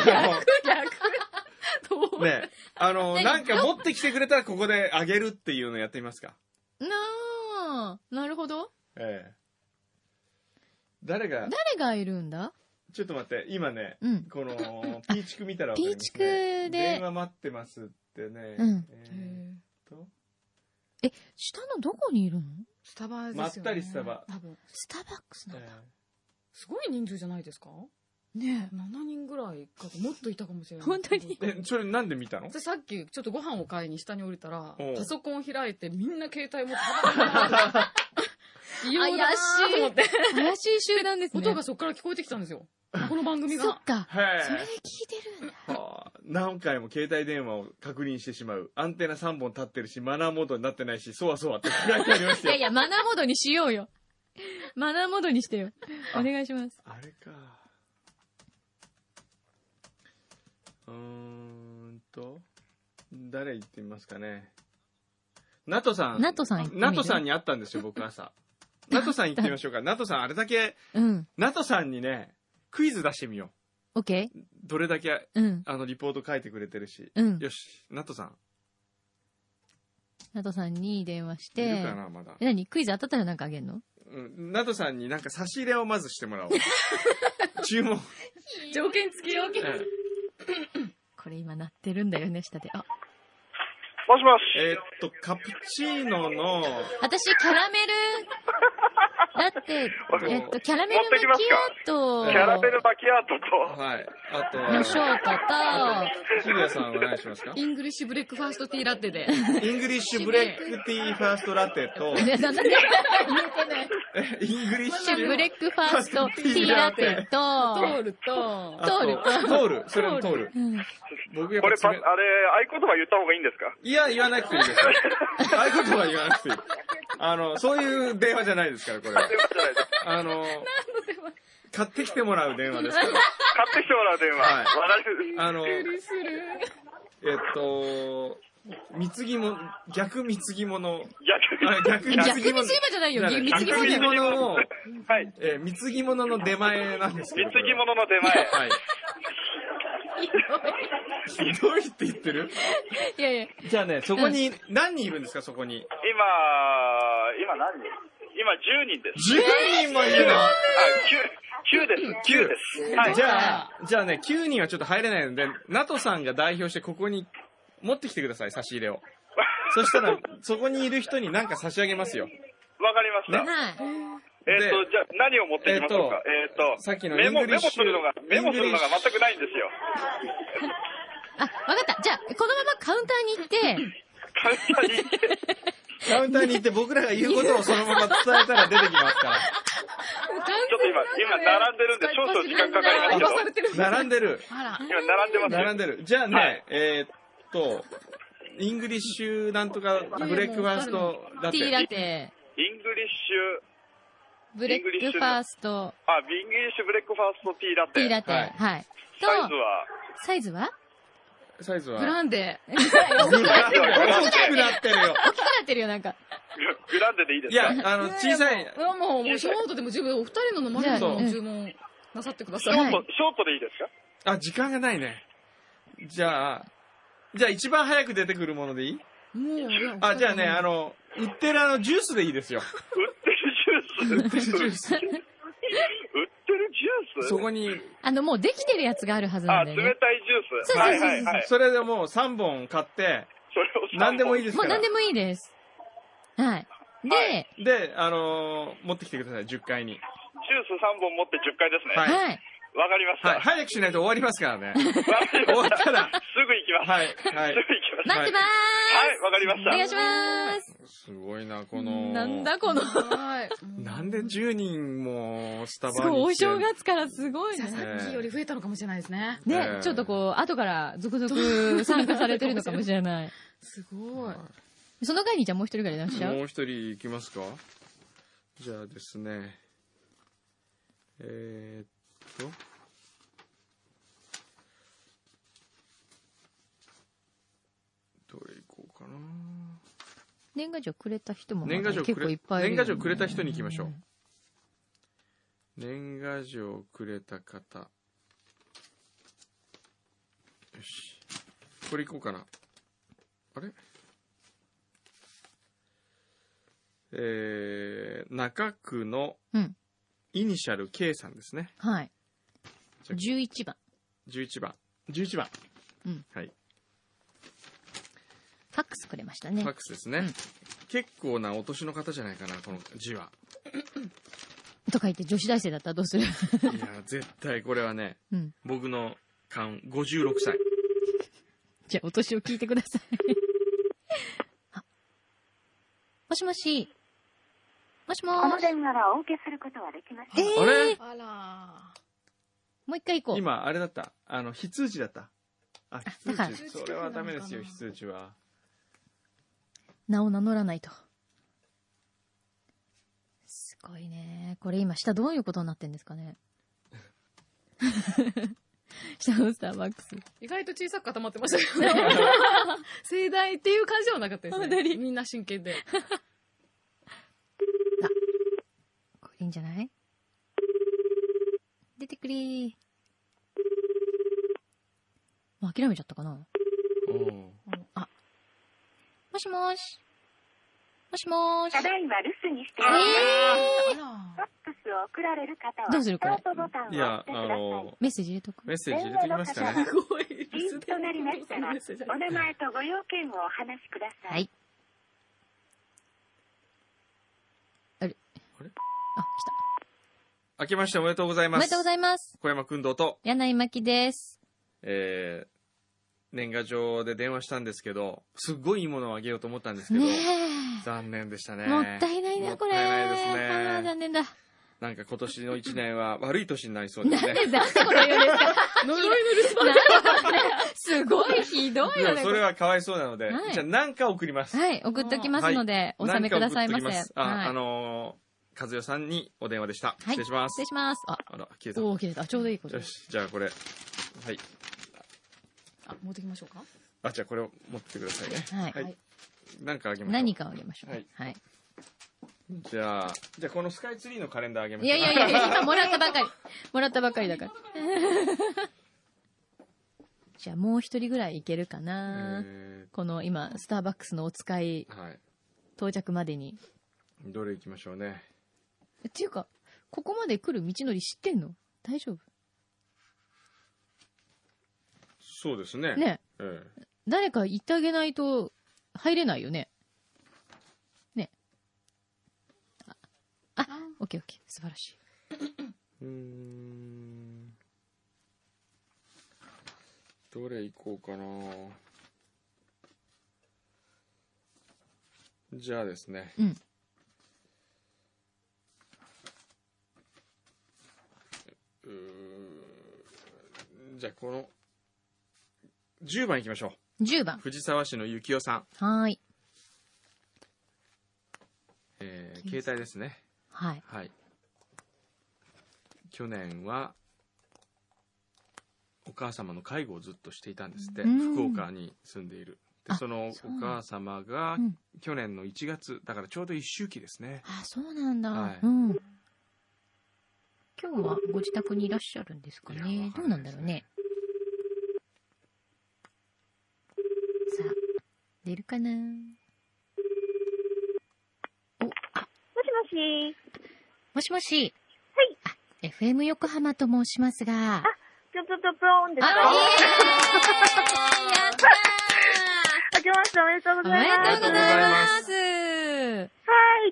逆。ね、あの、なんか持ってきてくれたらここであげるっていうのやってみますか？ なあ、なるほど。 ええ。誰が誰がいるんだ？ ちょっと待って、今ね、うん、この、ピーチク見たらわかりますね。ピーチクで。電話待ってますってね。うん、えー、とえ、下のどこにいるの？ スタバですよね。 まったりスタバ。 多分。スタバックスなんだ。えー、 すごい人数じゃないですか？ ねえ。 ななにんぐらいか、もっといたかもしれない。 本当に？ え、それなんで見たの？ 私さっきちょっとご飯を買いに下に降りたら、パソコン開いてみんな携帯持って、 怪しい。怪しい集団ですね。 音がそっから聞こえてきたんですよ。この番組が。 そっか。それで聞いてるんだ。 はあ、何回も携帯電話を確認してしまう。アンテナさんぼん立ってるし、マナーモードになってないし、そわそわって書いてありましたよ。 いやいや、マナーモードにしようよ。マナーモードにしてよ。お願いします。 あれか。うーんと、誰言ってみますかね。ナトさん。 ナトさん。 ナトさんに会ったんですよ、僕朝。ナトさん行ってみましょうか。ナトさん、あれだけ、うん。ナトさんにね、クイズ出してみよう。オッケー。どれだけ、うん。あの、リポート書いてくれてるし。うん。よし、ナトさん。 ナトさんに電話して。 いるかな、まだ。 え、何クイズ当たったらなんかあげんの？ うん。ナトさんになんか差し入れをまずしてもらおう。注文。 条件付きよ。 これ今鳴ってるんだよね、下で。あ。 もしもし。 えー、っと、カプチーノの。 私、キャラメル、だって、えっと、キャラメルマキアート。 キャラメルマキアートと。 はい。あとは。 のショートと、 渋谷さんお願いしますか？ イングリッシュブレックファーストティーラテで。 イングリッシュブレックティーファーストラテと。 なんで言えてない。 イングリッシュブレックファーストティーラテと、 トールと、 トールと。 トール、それもトール。 僕やっぱこれパ、あれ、合言葉言った方がいいんですか？ いや、言わなくていいですよ。合言葉言わなくていい。あの、そういう電話じゃないですから、これ。あの、買ってきてもらう電話ですから。 買ってきてもらう電話。はい。 あの、えっと、貢ぎ物、逆貢ぎ物。 逆貢ぎ物。逆にすればじゃないよ、 貢ぎ物を、はい。え、貢ぎ物の出前なんですけど。 貢ぎ物の出前。はい。 ひどいって言ってる？ いやいや。 じゃあね、そこに、何人いるんですか、そこに。 今、今何人？今じゅうにんです。 じゅうにんもいるの？ あ、きゅう、きゅうです。きゅうです。 はい。じゃあ、じゃあね、きゅうにんはちょっと入れないので、ナトさんが代表してここに持ってきてください、差し入れを。そしたら、そこにいる人に何か差し上げますよ。 わかりました。ね。えっと、じゃあ何を持ってきましょうか。えっと、 さっきのメモ、メモするのが、メモするのが全くないんですよ。 あ、わかった。じゃあ、このままカウンターに行って、 カウンターに行って、 カウンターに行って僕らが言うことをそのまま伝えたら出てきますから。 ちょっと今、今並んでるんで少々時間かかりますけど。 並んでる。 今並んでます。 並んでる。じゃあね、えっと、イングリッシュなんとかブレックファーストラテ。 ティーラテ。 イングリッシュブレックファースト。 あ、イングリッシュブレックファーストティーラテ。 ティーラテ。はい。 サイズはサイズはサイズはグランデ。 大きくなってるよ。大きくなってるよ、なんか。 グランデでいいですか？ いや、あの、小さい。 もう、もう、ショートでも十分、お二人の飲まれるの注文なさってください。 ショート、ショートでいいですか？あ、時間がないね。じゃあ、じゃあ一番早く出てくるものでいい？ もう、 あ、じゃあね、あの、売ってるあの、ジュースでいいですよ。 売ってるジュース売ってるジュース売ってるジュースそこに。 あの、もうできてるやつがあるはずなんで、ね。 あ、冷たいジュース。 はいはいはい。 それでもうさんぼん買って、 それを何でもいいですから。 もう何でもいいです。はい。で、 で、あのー、持ってきてください、じゅっかいに。ジュースさんぼん持ってじゅっかいですね。 はい。 わかりました。 はい。早くしないと終わりますからね。 終わったら。 すぐ行きます。 はい。はい。 すぐ行きます。 待ってまーす。 はい、わかりました。 お願いしまーす。 すごいな、この。 なんだこの。はい。 なんでじゅうにんもスタバに。 すごい、お正月からすごいね。 さっきより増えたのかもしれないですね。 ね、ちょっとこう、後から続々参加されてるのかもしれない。 すごい。 その間にじゃあもう一人ぐらいいらっしゃう？ もう一人行きますか？じゃあですね。えー、っと。どれ行こうかな。 年賀状くれた人も年賀状結構いっぱいいる、 年賀状くれた人に行きましょう。年賀状くれた方。よし。これ行こうかな。あれえー、中区のイニシャル K さんですね。 うん、はい。じゅういちばん。 じゅういちばん。じゅういちばん。 うん。 はい。 ファックスくれましたね。 ファックスですね。うん、結構なお年の方じゃないかな、この字は。 とか言って女子大生だったらどうする？いや、 絶対これはね、 うん、 僕の勘ごじゅうろくさい。 じゃあお年を聞いてください。もしもし。もしもーし。 この電話はお受けすることはできません。 えー、 あれあらもう一回行こう。 今、あれだった。あの、非通知だった。あ、非通知。それはダメですよ、非通知は。 名を名乗らないと。すごいね。これ今、下どういうことになってんですかね。下のスターバックス。 意外と小さく固まってましたけどね。盛大っていう感じではなかったですね。みんな真剣で。 これいいんじゃない？出てくれー。もう諦めちゃったかな？あ。もしもーし。もしもーし。 ただいま留守にしています。えー、ファックスを送られる方は、 どうするこれ？ スタートボタンを押してください。いや、あのー、 メッセージ入れとく？ メッセージ入れときますかね。 すごい。 ピンとなりましたら、お名前とご用件をお話しください。 はい。あれあれあ、来た。 明けましておめでとうございます。 おめでとうございます。 小山君堂と、 柳井真希です。 えー、年賀状で電話したんですけど、すっごいいいものをあげようと思ったんですけど、 ね残念でしたね。 もったいないね、これ。 もったいないですね。 ああ、残念だ。 なんか今年の一年は悪い年になりそうですね。 なんで、なんでこれ言うんですか？ 呪いの留守番。 すごいひどいよね。 それはかわいそうなので、 はい、 じゃあ何か送ります。 はい、送っときますので、はい、お納めくださいませ。 あ、はい、あのー、和代さんにお電話でした。はい、失礼します。 失礼します。あ、 あら、消えた。 おー、消えた。ちょうどいいこと。 よし、じゃあこれ。はい。 あ、持ってきましょうか。 あ、じゃあこれを持ってくださいね。 はい。はい、 何かあげましょう。 何かあげましょう。はい。はい。 じゃあ、じゃあこのスカイツリーのカレンダーあげましょう。 いやいやいや、今もらったばかり。もらったばかりだから。じゃあもう一人ぐらいいけるかな。この今、スターバックスのお使い、はい、到着までに。 どれ行きましょうね。 っていうか、ここまで来る道のり知ってんの？大丈夫？ そうですね。 ね。 ええ、 誰か言ってあげないと入れないよね。ね。あ、あ、オッケーオッケー。素晴らしい。 うーん。どれ行こうかな。じゃあですね。 うん。 うーじゃあこのじゅうばんいきましょう。じゅうばん。 藤沢市のゆきおさん。 はーい。 えー、携帯ですね。 はい。 はい。 去年はお母様の介護をずっとしていたんですって、うん、福岡に住んでいる。でそのお母様が去年のいちがつだからちょうど一周期ですね。 あ、そうなんだ、はい、うん、今日はご自宅にいらっしゃるんですかね。どうなんだろうね。さあ出るかな。 お、あ、もしもし。 もしもし。 はい。 あ、エフエム 横浜と申しますが。 あ、ぴょぴょぴょぴょんですか。 あ、イエーイ、やったー。 明けましておめでとうございます。 おめでとうございます。 はい、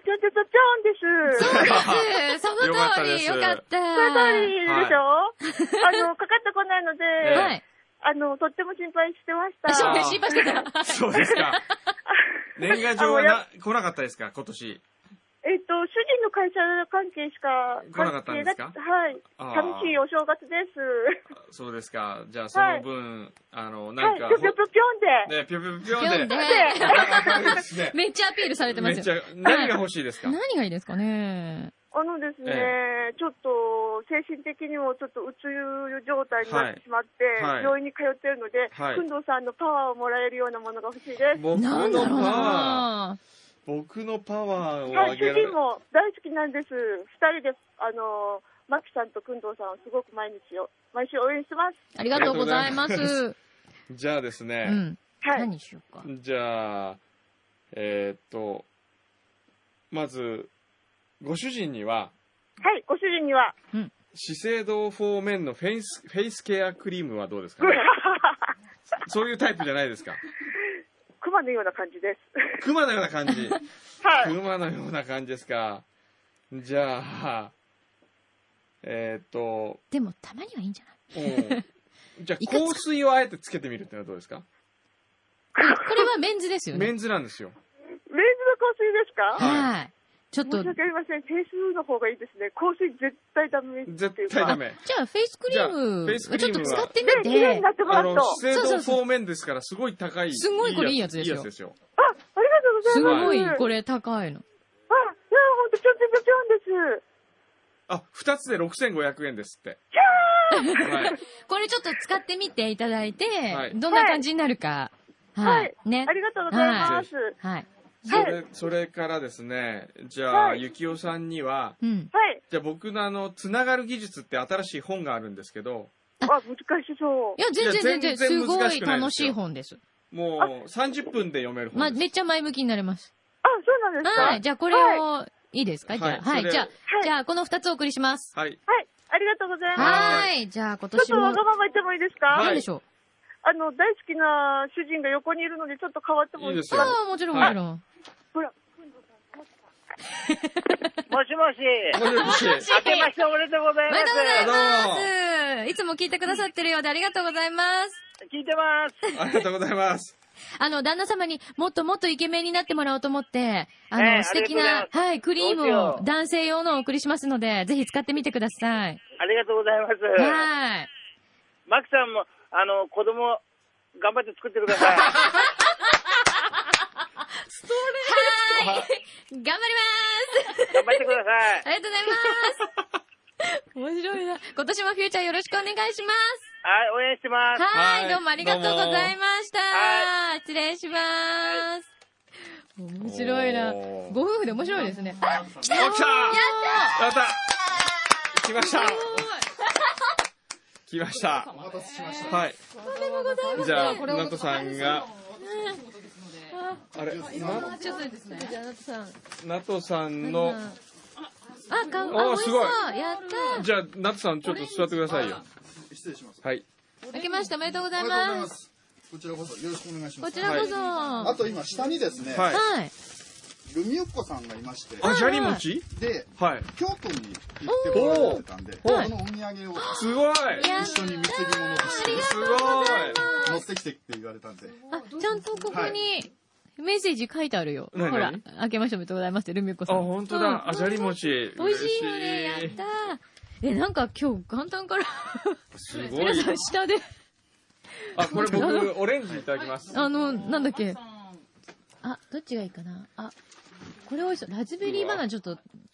ぴょぴょぴょぴょんです。 そうです。その通り、よかった。その通りでしょ、はい、あの、かかってこないので、はい、あの、とっても心配してました。 そうです、心配してた。 そうですか。年賀状はな来なかったですか、今年。 えっと、主人の会社関係しか来なかったんですか。 はい。寂しいお正月です。 そうですか。じゃあその分、はい、あの、なんか。 はい、ぴょぴょぴょぴょんで。 ね、ぴょぴょぴょんで。 めっちゃアピールされてますよ。 めっちゃ、何が欲しいですか。 何がいいですかね。 あのですね、ええ、ちょっと精神的にもちょっとうつ状態になってしまって、はい、病院に通っているので、はい、くんどうさんのパワーをもらえるようなものが欲しいです。 僕のパワー。僕のパワーをはい、主人も大好きなんです。二人で、あの、マキさんとくんどうさんをすごく毎日を、毎週応援してます。 ありがとうございます。 じゃあですね、 うん、はい、何しようか。 じゃあ、えー、っと、まず、ご主人には、 はい、ご主人には、 うん、資生堂フォーメンのフェイス、フェイスケアクリームはどうですかね。そういうタイプじゃないですか。 熊のような感じです。 熊のような感じ。 はい。 熊のような感じですか。じゃあ、えー、っと。 でも、たまにはいいんじゃない？ じゃあ、香水をあえてつけてみるってのはどうですか？ これはメンズですよね。 メンズなんですよ。 メンズの香水ですか？ はい。ちょっと。 申し訳ありません。フェイスの方がいいですね。香水絶対ダメっていうか。 絶対ダメ。 じゃあ、フェイスクリーム。フェイスクリーム。ちょっと使ってみて。 綺麗になってもらうと。 資生堂フォーメンですから、すごい高い。 すごいこれいいやつですよ。 いいやつですよ。 あ、ありがとうございます。 すごい、これ高いの。あ、いや、 ほんと、ちょんちょんちょんです。 あ、二つでろくせんごひゃくえんですって。 はい。これちょっと使ってみていただいて、どんな感じになるか。 はい。ね。ありがとうございます。 はい。 それ、それからですね、じゃあ、ゆきおさんには、 はい。 じゃあ僕のあの、つながる技術って新しい本があるんですけど。 あ、難しそう。 いや、全然全然、すごい楽しい本です。 もう、さんじゅっぷんで読める本です。 ま、めっちゃ前向きになれます。 あ、そうなんですか？ はい。じゃあ、これを、いいですか？じゃあ、はい。じゃあ、じゃあ、この二つお送りします。 はい。 はい。ありがとうございます。 はい。じゃあ、今年も。 ちょっとわがまま言ってもいいですか？ 何でしょう？ あの、大好きな主人が横にいるので、ちょっと変わってもいいですか？ ああ、もちろん、もちろん。 ほら。 もしもし。 もしもし。 明けましておめでとうございます。 おめでとうございます。いつも聞いてくださってるようでありがとうございます。 聞いてます。 ありがとうございます。 あの、旦那様にもっともっとイケメンになってもらおうと思って、あの、えー、素敵な、はい、クリームを男性用のをお送りしますので、ぜひ使ってみてください。 ありがとうございます。 はい。 マキさんも、あの、子供、頑張って作ってください。 ストレート。はい。頑張ります。 頑張ってください。 ありがとうございます。面白いな。今年もフューチャーよろしくお願いします。 はい、応援してます。 はい、どうもありがとうございました。はい、失礼します。面白いな。ご夫婦で面白いですね。あ、 来たー！やったー！やった来ました来ました。 お待たせしました。 はい。じゃあ、ナトさんが、あれ、 ナちょっとですね。じゃあ、ナトさん。 ナトさんの、 あ、かん、あ、すごい。やった。 じゃあ、ナトさんちょっと座ってくださいよ。 失礼します。 はい。 明けましておめでとうございます。 こちらこそよろしくお願いします。 こちらこそ。 あと今下にですね。 はい。 ルミオッコさんがいまして。 あ、砂利餅で、 はい。 京都に行ってもらってたんで、このお土産をすごい一緒に貢ぎ物として、 すごい持ってきてって言われたんで。 あ、ちゃんとここにメッセージ書いてあるよ。ほら、明けましておめでとうございますってルミオッコさん。 あ、本当だ。あ、砂利餅。 美味しいよね。やったー。え、なんか今日元旦からすごい。 皆さん下で。 あ、これ僕オレンジいただきます。 あの、なんだっけ。あ、どっちがいいかな。あ、これ美味しそう。ラズベリーバナナちょっと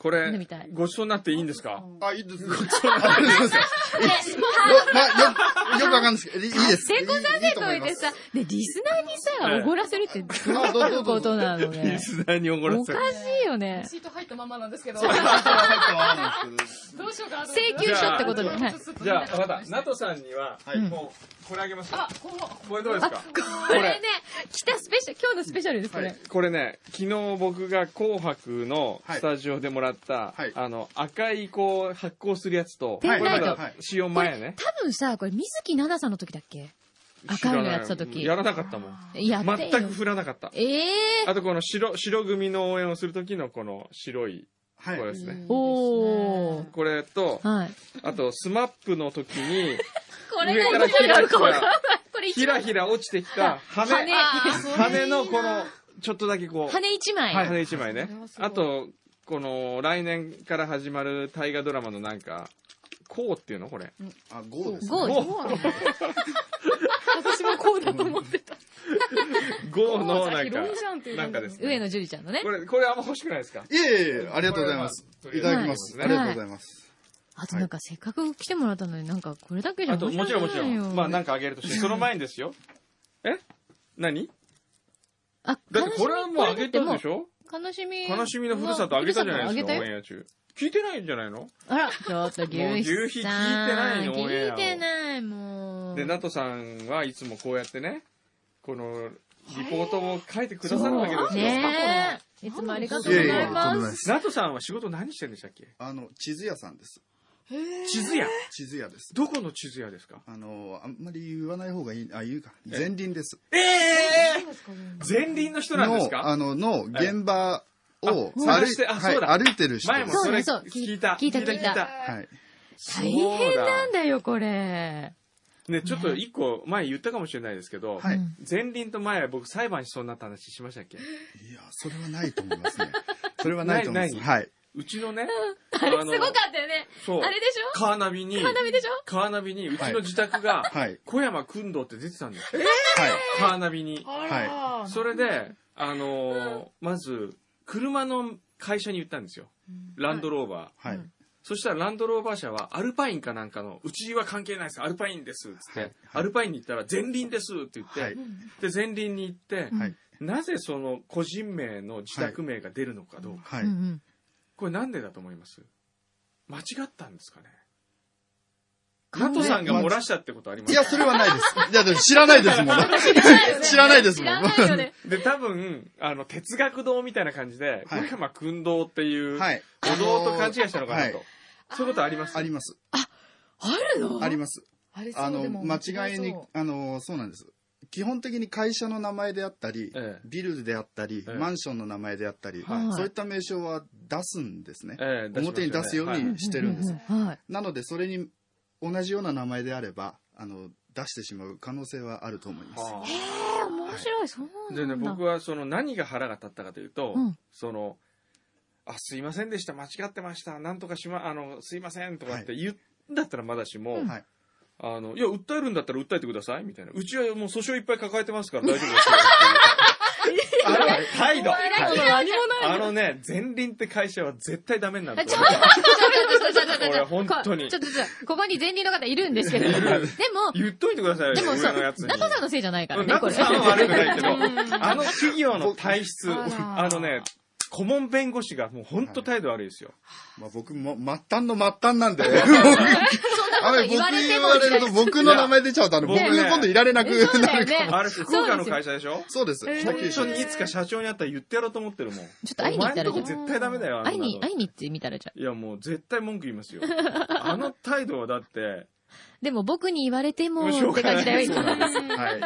これ、ごちそうになっていいんですか？ あ、いいです。ごちそうになっていいですか？まあ、よ、よくわかんないですけど、いいです。 成功させといてさ、で、リスナーにさ、おごらせるってどういうことなのね。 リスナーにおごらせる。 おかしいよね。 シート入ったままなんですけど。 そう、シート入ったままなんですけど。 どうしようかな。 請求書ってことで。 じゃあ、また、ナトさんには、もう、これあげますよ。 あ、 これどうですか？ これね、来たスペシャル、今日のスペシャルです、これ。 これね、昨日僕が紅白のスタジオでもらった、あの、赤いこう、発光するやつと、これまだ使用前ね。 多分さ、これ、水木奈々さんの時だっけ？赤いのやってた時。 やらなかったもん。全く振らなかった。ええ。あとこの白、白組の応援をする時のこの白い、これですね。 おー。 これと、あと、スマップの時に、 これ上からひらひら、ひらひら落ちてきた羽、羽のこの、ちょっとだけこう。 羽一枚。 羽一枚ね。あと、この、来年から始まる大河ドラマのなんか、こうっていうのこれ。 あ、ゴーです。 ゴー。 私もこうだと思ってた。 ゴーのなんか、なんかですね。 上野樹里ちゃんのね。 これ、これあんま欲しくないですか？ いえいえ、ありがとうございます。いただきます。ありがとうございます。 あとなんかせっかく来てもらったのになんかこれだけじゃあともちろんもちろん。まあなんかあげるとして、その前にですよ。え？何？ あ、 だってこれはもうあげたでしょ？ 悲しみ。 悲しみのふるさとあげたじゃないですか、オンエア中。聞いてないんじゃないの？ あら、ちょっと牛皮さん。 牛皮聞いてないの？ 聞いてない、もう。 で、ナトさんはいつもこうやってね、この、リポートを書いてくださるわけですよ。 ねえ。いつもありがとうございます。 ナトさんは仕事何してるんでしたっけ？ あの、地図屋さんです。 地図屋？ 地図屋です。 どこの地図屋ですか？ あの、あんまり言わない方がいい、あ、言うか。前輪です。 ええ前輪の人なんですか？ あの、の、現場を歩いて、あ、そうだ。 歩いてる人。 前もそれ聞いた。 聞いた聞いた。 はい。 大変なんだよ、これ。 ね、ちょっと一個前言ったかもしれないですけど、前輪と前は僕裁判しそうになった話しましたっけ？いや、それはないと思いますね。それはないと思います。はい。 うちのね、 あれすごかったよね。そう。あれでしょ？ カーナビに、 カーナビでしょ？ カーナビに、うちの自宅が、小山君堂って出てたんですよ。 はい。 カーナビに。はい。それで、あの、まず、車の会社に言ったんですよ。ランドローバー。はい。そしたらランドローバー社はアルパインかなんかの、うちは関係ないです、アルパインですっつって、はい、アルパインに行ったら前輪ですって言って、はい、で前輪に行って、はい、なぜその個人名の自宅名が出るのかどうか、はい、これなんでだと思います？間違ったんですかね？ナトさんが漏らしたってことありますか？ いや、それはないです。いや、でも知らないですもん。知らないですもん。 で、多分、あの、哲学堂みたいな感じで、小山君堂っていう、お堂と勘違いしたのかなと。そういうことあります？ あります。 あ、あるの？ あります。あの、間違いに、あの、そうなんです。基本的に会社の名前であったり、ビルであったり、マンションの名前であったり、そういった名称は出すんですね。表に出すようにしてるんです。なので、それに同じような名前であれば、あの、出してしまう可能性はあると思います。 へえ、面白い、そうなんだ。 でね、僕はその何が腹が立ったかというと、その、あ、すいませんでした、間違ってました、なんとかしま、あの、すいませんとかって言うんだったらまだしも、はい、あの、いや、訴えるんだったら訴えてくださいみたいな。うちはもう訴訟いっぱい抱えてますから大丈夫ですよあの態度。あのね、前輪って会社は絶対ダメになる。ちょっと、ちょっと、ちょっと、ちょっと、ちょっと、本当に。 ちょっと、ここに前輪の方いるんですけど。でも、 言っといてくださいよ、 でもそう、ナトさんのせいじゃないからね、 ナトさんは悪くないけど、あの企業の体質、あのね、顧問弁護士がもう本当態度悪いですよ。 まあ僕も末端の末端なんで。あれ、僕言われると僕の名前出ちゃうと、僕今度いられなくなるかも。 あれ、福岡の会社でしょ？ そうです。 本当にいつか社長に会ったら言ってやろうと思ってるもん。ちょっと会いに行ったら。 お前のとこ絶対ダメだよ。 会いに、会いに行ってみたらじゃ。 いや、もう絶対文句言いますよ。あの態度はだって。 でも僕に言われてもって感じだよ、今。 はい。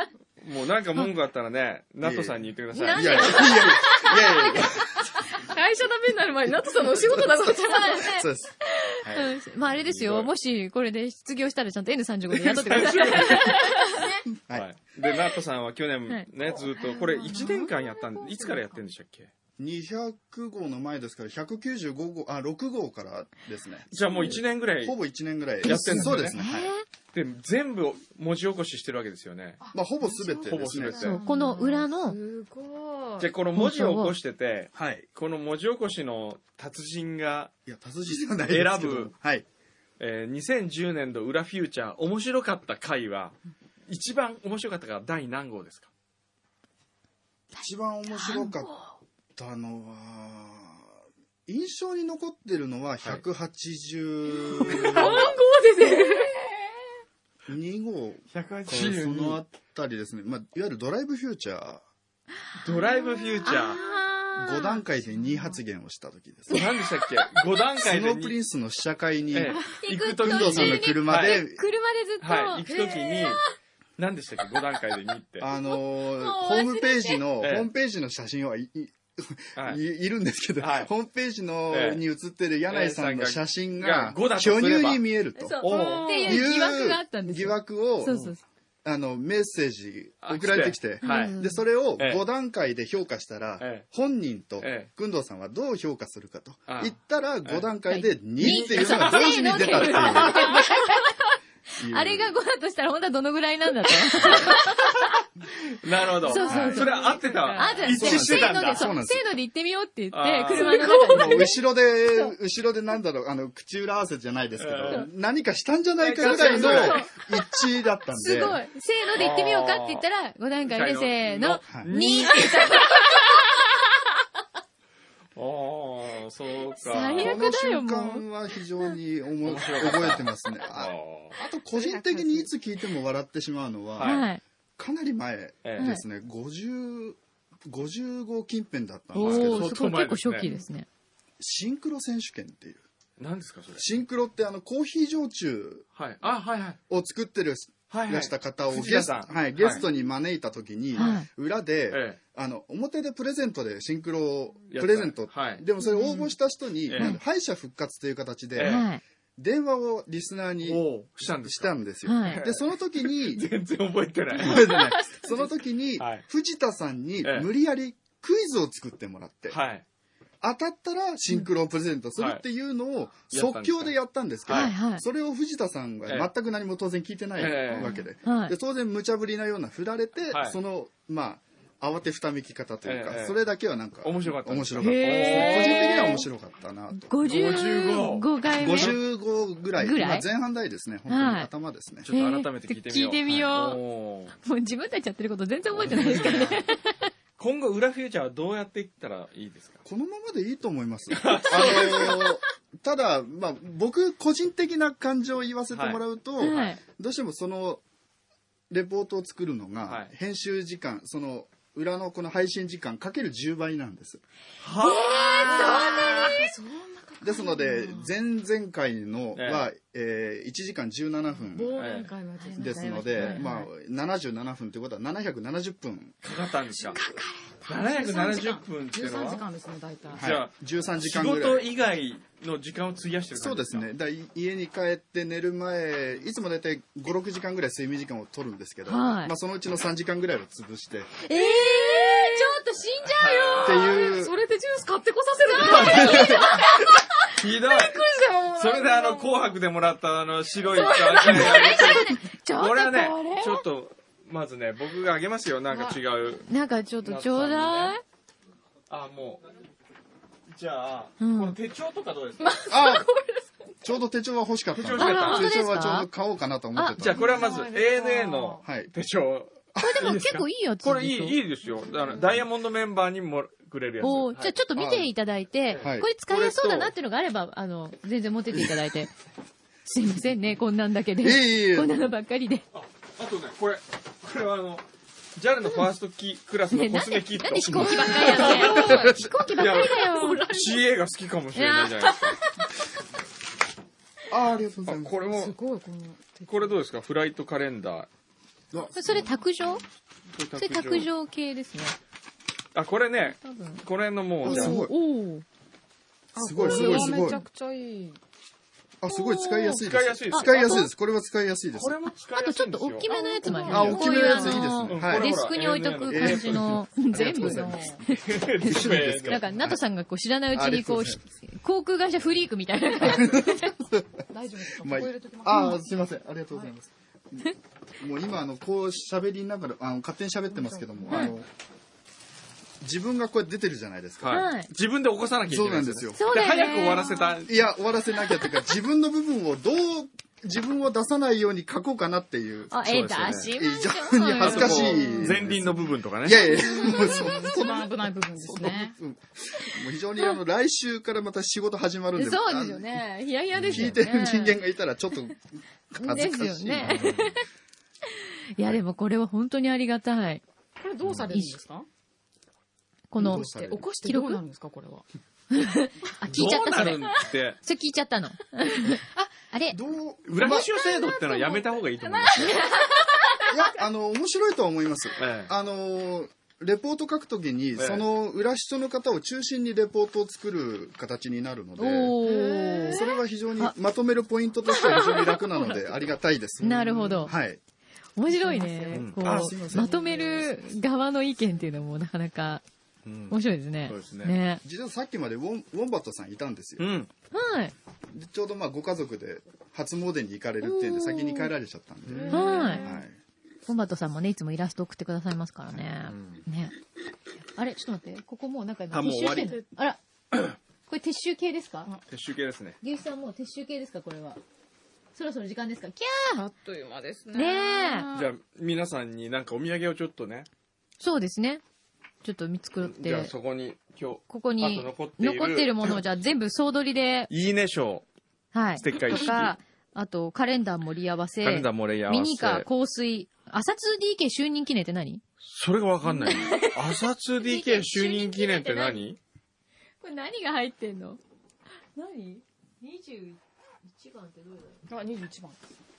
もうなんか文句あったらね、ナトさんに言ってください。 いやいやいやいやいや。 会社ダメになる前にナトさんのお仕事だぞって。 そうです。 まああれですよ、もしこれで失業したらちゃんと エヌさんじゅうご で雇ってください。 はい。で、ナトさんは去年ね、ずっと、これいちねんかんやったんで、いつからやってんでしたっけ？ にひゃくごうの前ですから、ひゃくきゅうじゅうごごう、あ、ろくごうからですね。 じゃあもういちねんぐらい。 ほぼいちねんぐらい。 やってんですね。 そうですね。はい。 で、全部文字起こししてるわけですよね。 まあ、ほぼすべてですね。 そう、この裏の、 じゃあこの文字を起こしてて、はい、この文字起こしの達人がいや達人じゃないですけど選ぶ、 はいえー、にせんじゅうねん度裏フューチャー面白かった回は一番面白かったから第何号ですか？ 一番面白かったのは印象に残ってるのはひゃくはちじゅう何号ですねに号ひゃくはちじゅうにそのあたりですね、まあ、いわゆるドライブフューチャードライブフューチャーご段階でに発言をした時です、 ね、何でしたっけご段階でスノープリンスの試写会に、ええ、行く時に工藤さんの車で、はい、 車でずっと、 はい、行く時に何でしたっけご段階でにってあのー、ホームページの、ええ、ホームページの写真はいいはい、い, いるんですけど、はい、ホームページの、ええ、に写ってる柳井さんの写真が巨乳に見えるとっていう疑惑があったんですよ。 疑惑をそうそうそうあのメッセージ送られてきて、はい、でそれをご段階で評価したら、ええ、本人と工藤さんはどう評価するかと、ええ、言ったらご段階でにっていうのが同時に出たっていう。 あれがごだとしたら本当はどのぐらいなんだと。 なるほど。 そうそうそう。 それは合ってたわ。 一致してたんだ。そう。せーので行ってみようって言って、車の中で。 後ろで、後ろでなんだろう、あの、口裏合わせじゃないですけど、何かしたんじゃないかぐらいの一致だったんで。 すごい。せーので行ってみようかって言ったら、ご段階でせーの、に。 ああ、そうか。 最悪だよ、もう。 この瞬間は非常に思覚えてますね。あと、個人的にいつ聞いても笑ってしまうのは、はい、かなり前ですね、ごじゅう、ごじゅう号近辺だったんですけど、 結構初期ですね。 シンクロ選手権っていう。 何ですか、それ。 シンクロってあの、コーヒー焼酎を作ってる、いらした方をゲスト、はい、ゲストに招いたときに、はい、裏で、はい、あの、表でプレゼントでシンクロをプレゼント、はい、でもそれ応募した人に、うん、敗者復活という形で、はい、電話をリスナーにしたんですよ。はい、で、その時に、 全然覚えてない。 覚えてない。その時に、はい、藤田さんに無理やりクイズを作ってもらって、はい、当たったらシンクロをプレゼントするっていうのを即興でやったんですけど、それを藤田さんが全く何も当然聞いてないわけで、で当然無茶ぶりなような振られて、そのまあ慌てふためき方というか、それだけはなんか面白かった面白かったですね。個人的には面白かったなと。 ごじゅうごかいめごじゅうごぐらい、今前半台ですね。本当に頭ですね。 ちょっと改めて聞いてみよう。 聞いてみよう。もう自分たちやってること全然覚えてないですからね。 今後、裏フューチャーはどうやっていったらいいですか？ このままでいいと思います。あのー、ただ、まあ、僕、個人的な感情を言わせてもらうと、はい、どうしてもその、レポートを作るのが、はい、編集時間、その、裏のこの配信時間かけるじゅうばいなんです。 はぁ、 そんなにですので、前々回のは、えー、いちじかんじゅうななふんですので、まあ、ななじゅうななふんということはななひゃくななじゅっぷん。 かかったんですか？ななひゃくななじゅっぷんっていうのはじゅうさんじかんですね、大体。 じゃあ、 じゅうさんじかんぐらい。 仕事以外の時間を費やしてる感じですか？そうですね。だ家に帰って寝る前、いつも大体ご、ろくじかんぐらい睡眠時間を取るんですけど、はい、まあそのうちのさんじかんぐらいを潰して。 えー、ちょっと死んじゃうよっていう。 それでジュース買ってこさせるってひどい。それであの、紅白でもらったあの、白い赤いこれはね、ちょっと、まずね、僕があげますよ、なんか違う。 なんかちょっとちょうだい。 あ、もう。じゃあ、この手帳とかどうですか？ あ、ちょうど手帳は欲しかった。 手帳欲しかった。 手帳はちょうど買おうかなと思ってた。 じゃあこれはまず エーエヌエー の手帳。 これでも結構いいやつ。 これいい、いいですよ。ダイヤモンドメンバーにもくれるやつ。 おじゃあちょっと見ていただいて、これ使いやすそうだなっていうのがあれば、あの、全然持ってっていただいて。すいませんね、こんなんだけで。こんなのばっかりで。 あとね、これ、これはあの、ジャル のファーストキクラスのコスメキット。 なんで飛行機ばっかりやねん。飛行機ばっかりだよ。 シーエー が好きかもしれないじゃないですか。 あ、ありがとうございます。 これも、これどうですか？フライトカレンダー。それ卓上？それ卓上系ですね。 あ、これね、これのもう、じゃあ。 すごい。すごい、すごい、すごい。 めちゃくちゃいい。 あ、すごい使いやすいです。 使いやすいです。 使いやすいです。これは使いやすいです。 これも使いやすい。 あとちょっと大きめのやつもある。 あ、大きめのやついいですね。 はい。デスクに置いとく感じの、全部の。なんか、ナトさんがこう知らないうちにこう、航空会社フリークみたいな感じ。 大丈夫ですか？ あ、すいません。ありがとうございます。もう今、あの、こう喋りながら、あの、勝手に喋ってますけども、あの、 自分がこうやって出てるじゃないですか。 はい。自分で起こさなきゃいけない。 そうなんですよ。 で、 早く終わらせた。 いや、終わらせなきゃっていうか、自分の部分をどう、自分を出さないように書こうかなっていう。 あ、え、出しましょう。 非常に恥ずかしい。 前輪の部分とかね。 いやいや、もうそう。 一番危ない部分ですね。 もう非常にあの、来週からまた仕事始まるんで。 そうですよね。いやいやですよね。 聞いてる人間がいたらちょっと恥ずかしい。 ですよね。いや、でもこれは本当にありがたい。 これどうされるんですか？ この、 起こしてどうなるんですか、これは。 あ、聞いちゃった、それ。 どうなるって。 それ聞いちゃったの。あ、あれどう裏秘書制度ってのはやめた方がいいと思いますよ。 いや、あの、面白いとは思います。ええ、あの、レポート書くときに、ええ、その裏秘書の方を中心にレポートを作る形になるので、それは非常にまとめるポイントとしては非常に楽なので、ありがたいです。 なるほど。 はい。 面白いね。こう、まとめる側の意見っていうのもなかなか面白いですね。 そうですね。実はさっきまでウォン、ウォンバットさんいたんですよ。 はい。 ちょうどまあご家族で初詣に行かれるっていうんで先に帰られちゃったんで。 はい。ウォンバットさんもね、いつもイラスト送ってくださいますからね。ね。あれ、ちょっと待って。ここもうなんか今撤収してる。あら。これ撤収系ですか？ 撤収系ですね。 牛さんもう撤収系ですか、これは。そろそろ時間ですか？キャー！ あっという間ですね。 ねえ。 じゃあ、皆さんになんかお土産をちょっとね。 そうですね。ちょっと見繕って。 じゃあそこに今日。 ここに残っているものをじゃあ全部総取りで。 いいね賞。 はい。 ステッカー一式。とか、 あとカレンダー盛り合わせ。 カレンダー盛り合わせ。 ミニカー、香水。朝 ツーディーケー 就任記念って何？ それがわかんない。朝 ツーディーケー 就任記念って何？ これ何が入ってんの？何？ にじゅういちばんってどれだろう？ あ、にじゅういちばん。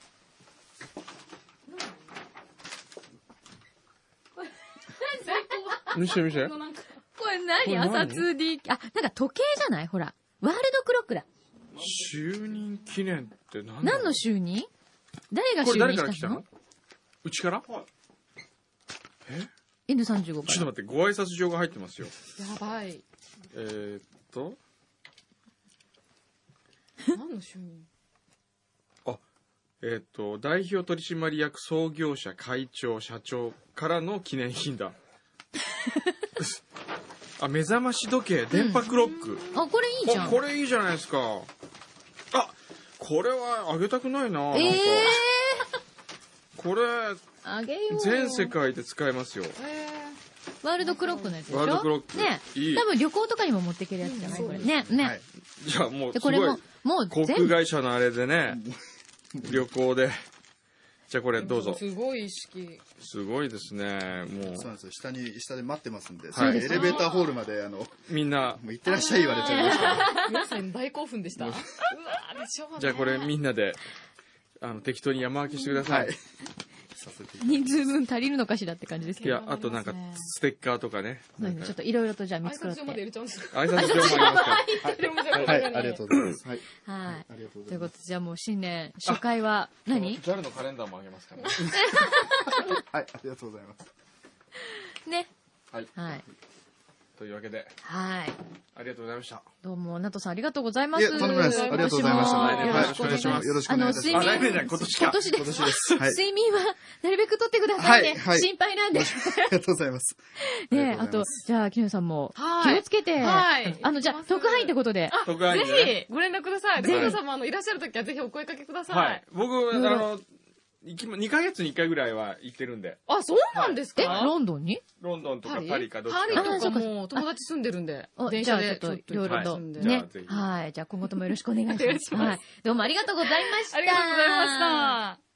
見せて見せて。 これ何？朝 ツーディーケー。あ、なんか時計じゃない？ほら。ワールドクロックだ。 就任記念って何？ 何の就任？誰が就任したの？これ誰から来たの？ うちから？え？ エヌさんじゅうご から。 ちょっと待って、ご挨拶状が入ってますよ。 やばい。 えーっと。 何の就任？ あ、えーっと、代表取締役創業者会長社長からの記念品だ。あ、目覚まし時計、電波クロック。 うん、あ、これいいじゃん。 これいいじゃないですか。あ、これはあげたくないな。なんかえー、 これ、 あげよう。 全世界で使えますよ。 えー、ワールドクロックのやつでしょ？ ワールドクロック。 ね。いい。多分旅行とかにも持っていけるやつじゃない？これ。ね。ね。はい、 じゃあもう、すごい。 これも、もう航空会社のあれでね、旅行で。じゃあこれどうぞ。 すごい意識。 すごいですね。もう。 そうなんですよ。下に、下で待ってますんで。はい。エレベーターホールまで、あの、 みんな。 もう行ってらっしゃい言われちゃいました。 皆さん大興奮でした。うわじゃあこれみんなで、あの、適当に山分けしてください。 人数分足りるのかしらって感じですけど。 いや、あとなんか、ステッカーとかね。 ちょっといろいろとじゃあ見つかって。 挨拶状まで入れちゃうんですか？挨拶状もありますから。 はい、ありがとうございます。はい。 はい。ということで、じゃあもう新年、初回は何？ ジャルのカレンダーもあげますからね。 はい、ありがとうございます。 ね。 はい。 はい。 というわけで。 はい。 ありがとうございました。 どうも、ナトさんありがとうございます。いや、とんでもないです。ありがとうございました。 よろしくお願いします。 よろしくお願いします。 あの、睡眠。 あ、来年じゃん、今年か。 今年です。 今年です。 睡眠は、なるべく取ってくださいね。心配なんで。ありがとうございます。 ねあと、じゃあ、キノさんも、気をつけて。はい。あの、じゃあ、特派員ってことで。 特派員で。ぜひ、ご連絡ください。ぜひ、様、あの、いらっしゃるときはぜひお声かけください。はい。 僕、あの、にかげつにいっかいぐらいは行ってるんで。 あ、そうなんですか？ え、ロンドンに？ ロンドンとかパリかどっちか。 パリとかも友達住んでるんで。電車でちょっといろいろと。ね。はい。じゃあ今後ともよろしくお願いします。はい。どうもありがとうございました。 ありがとうございました。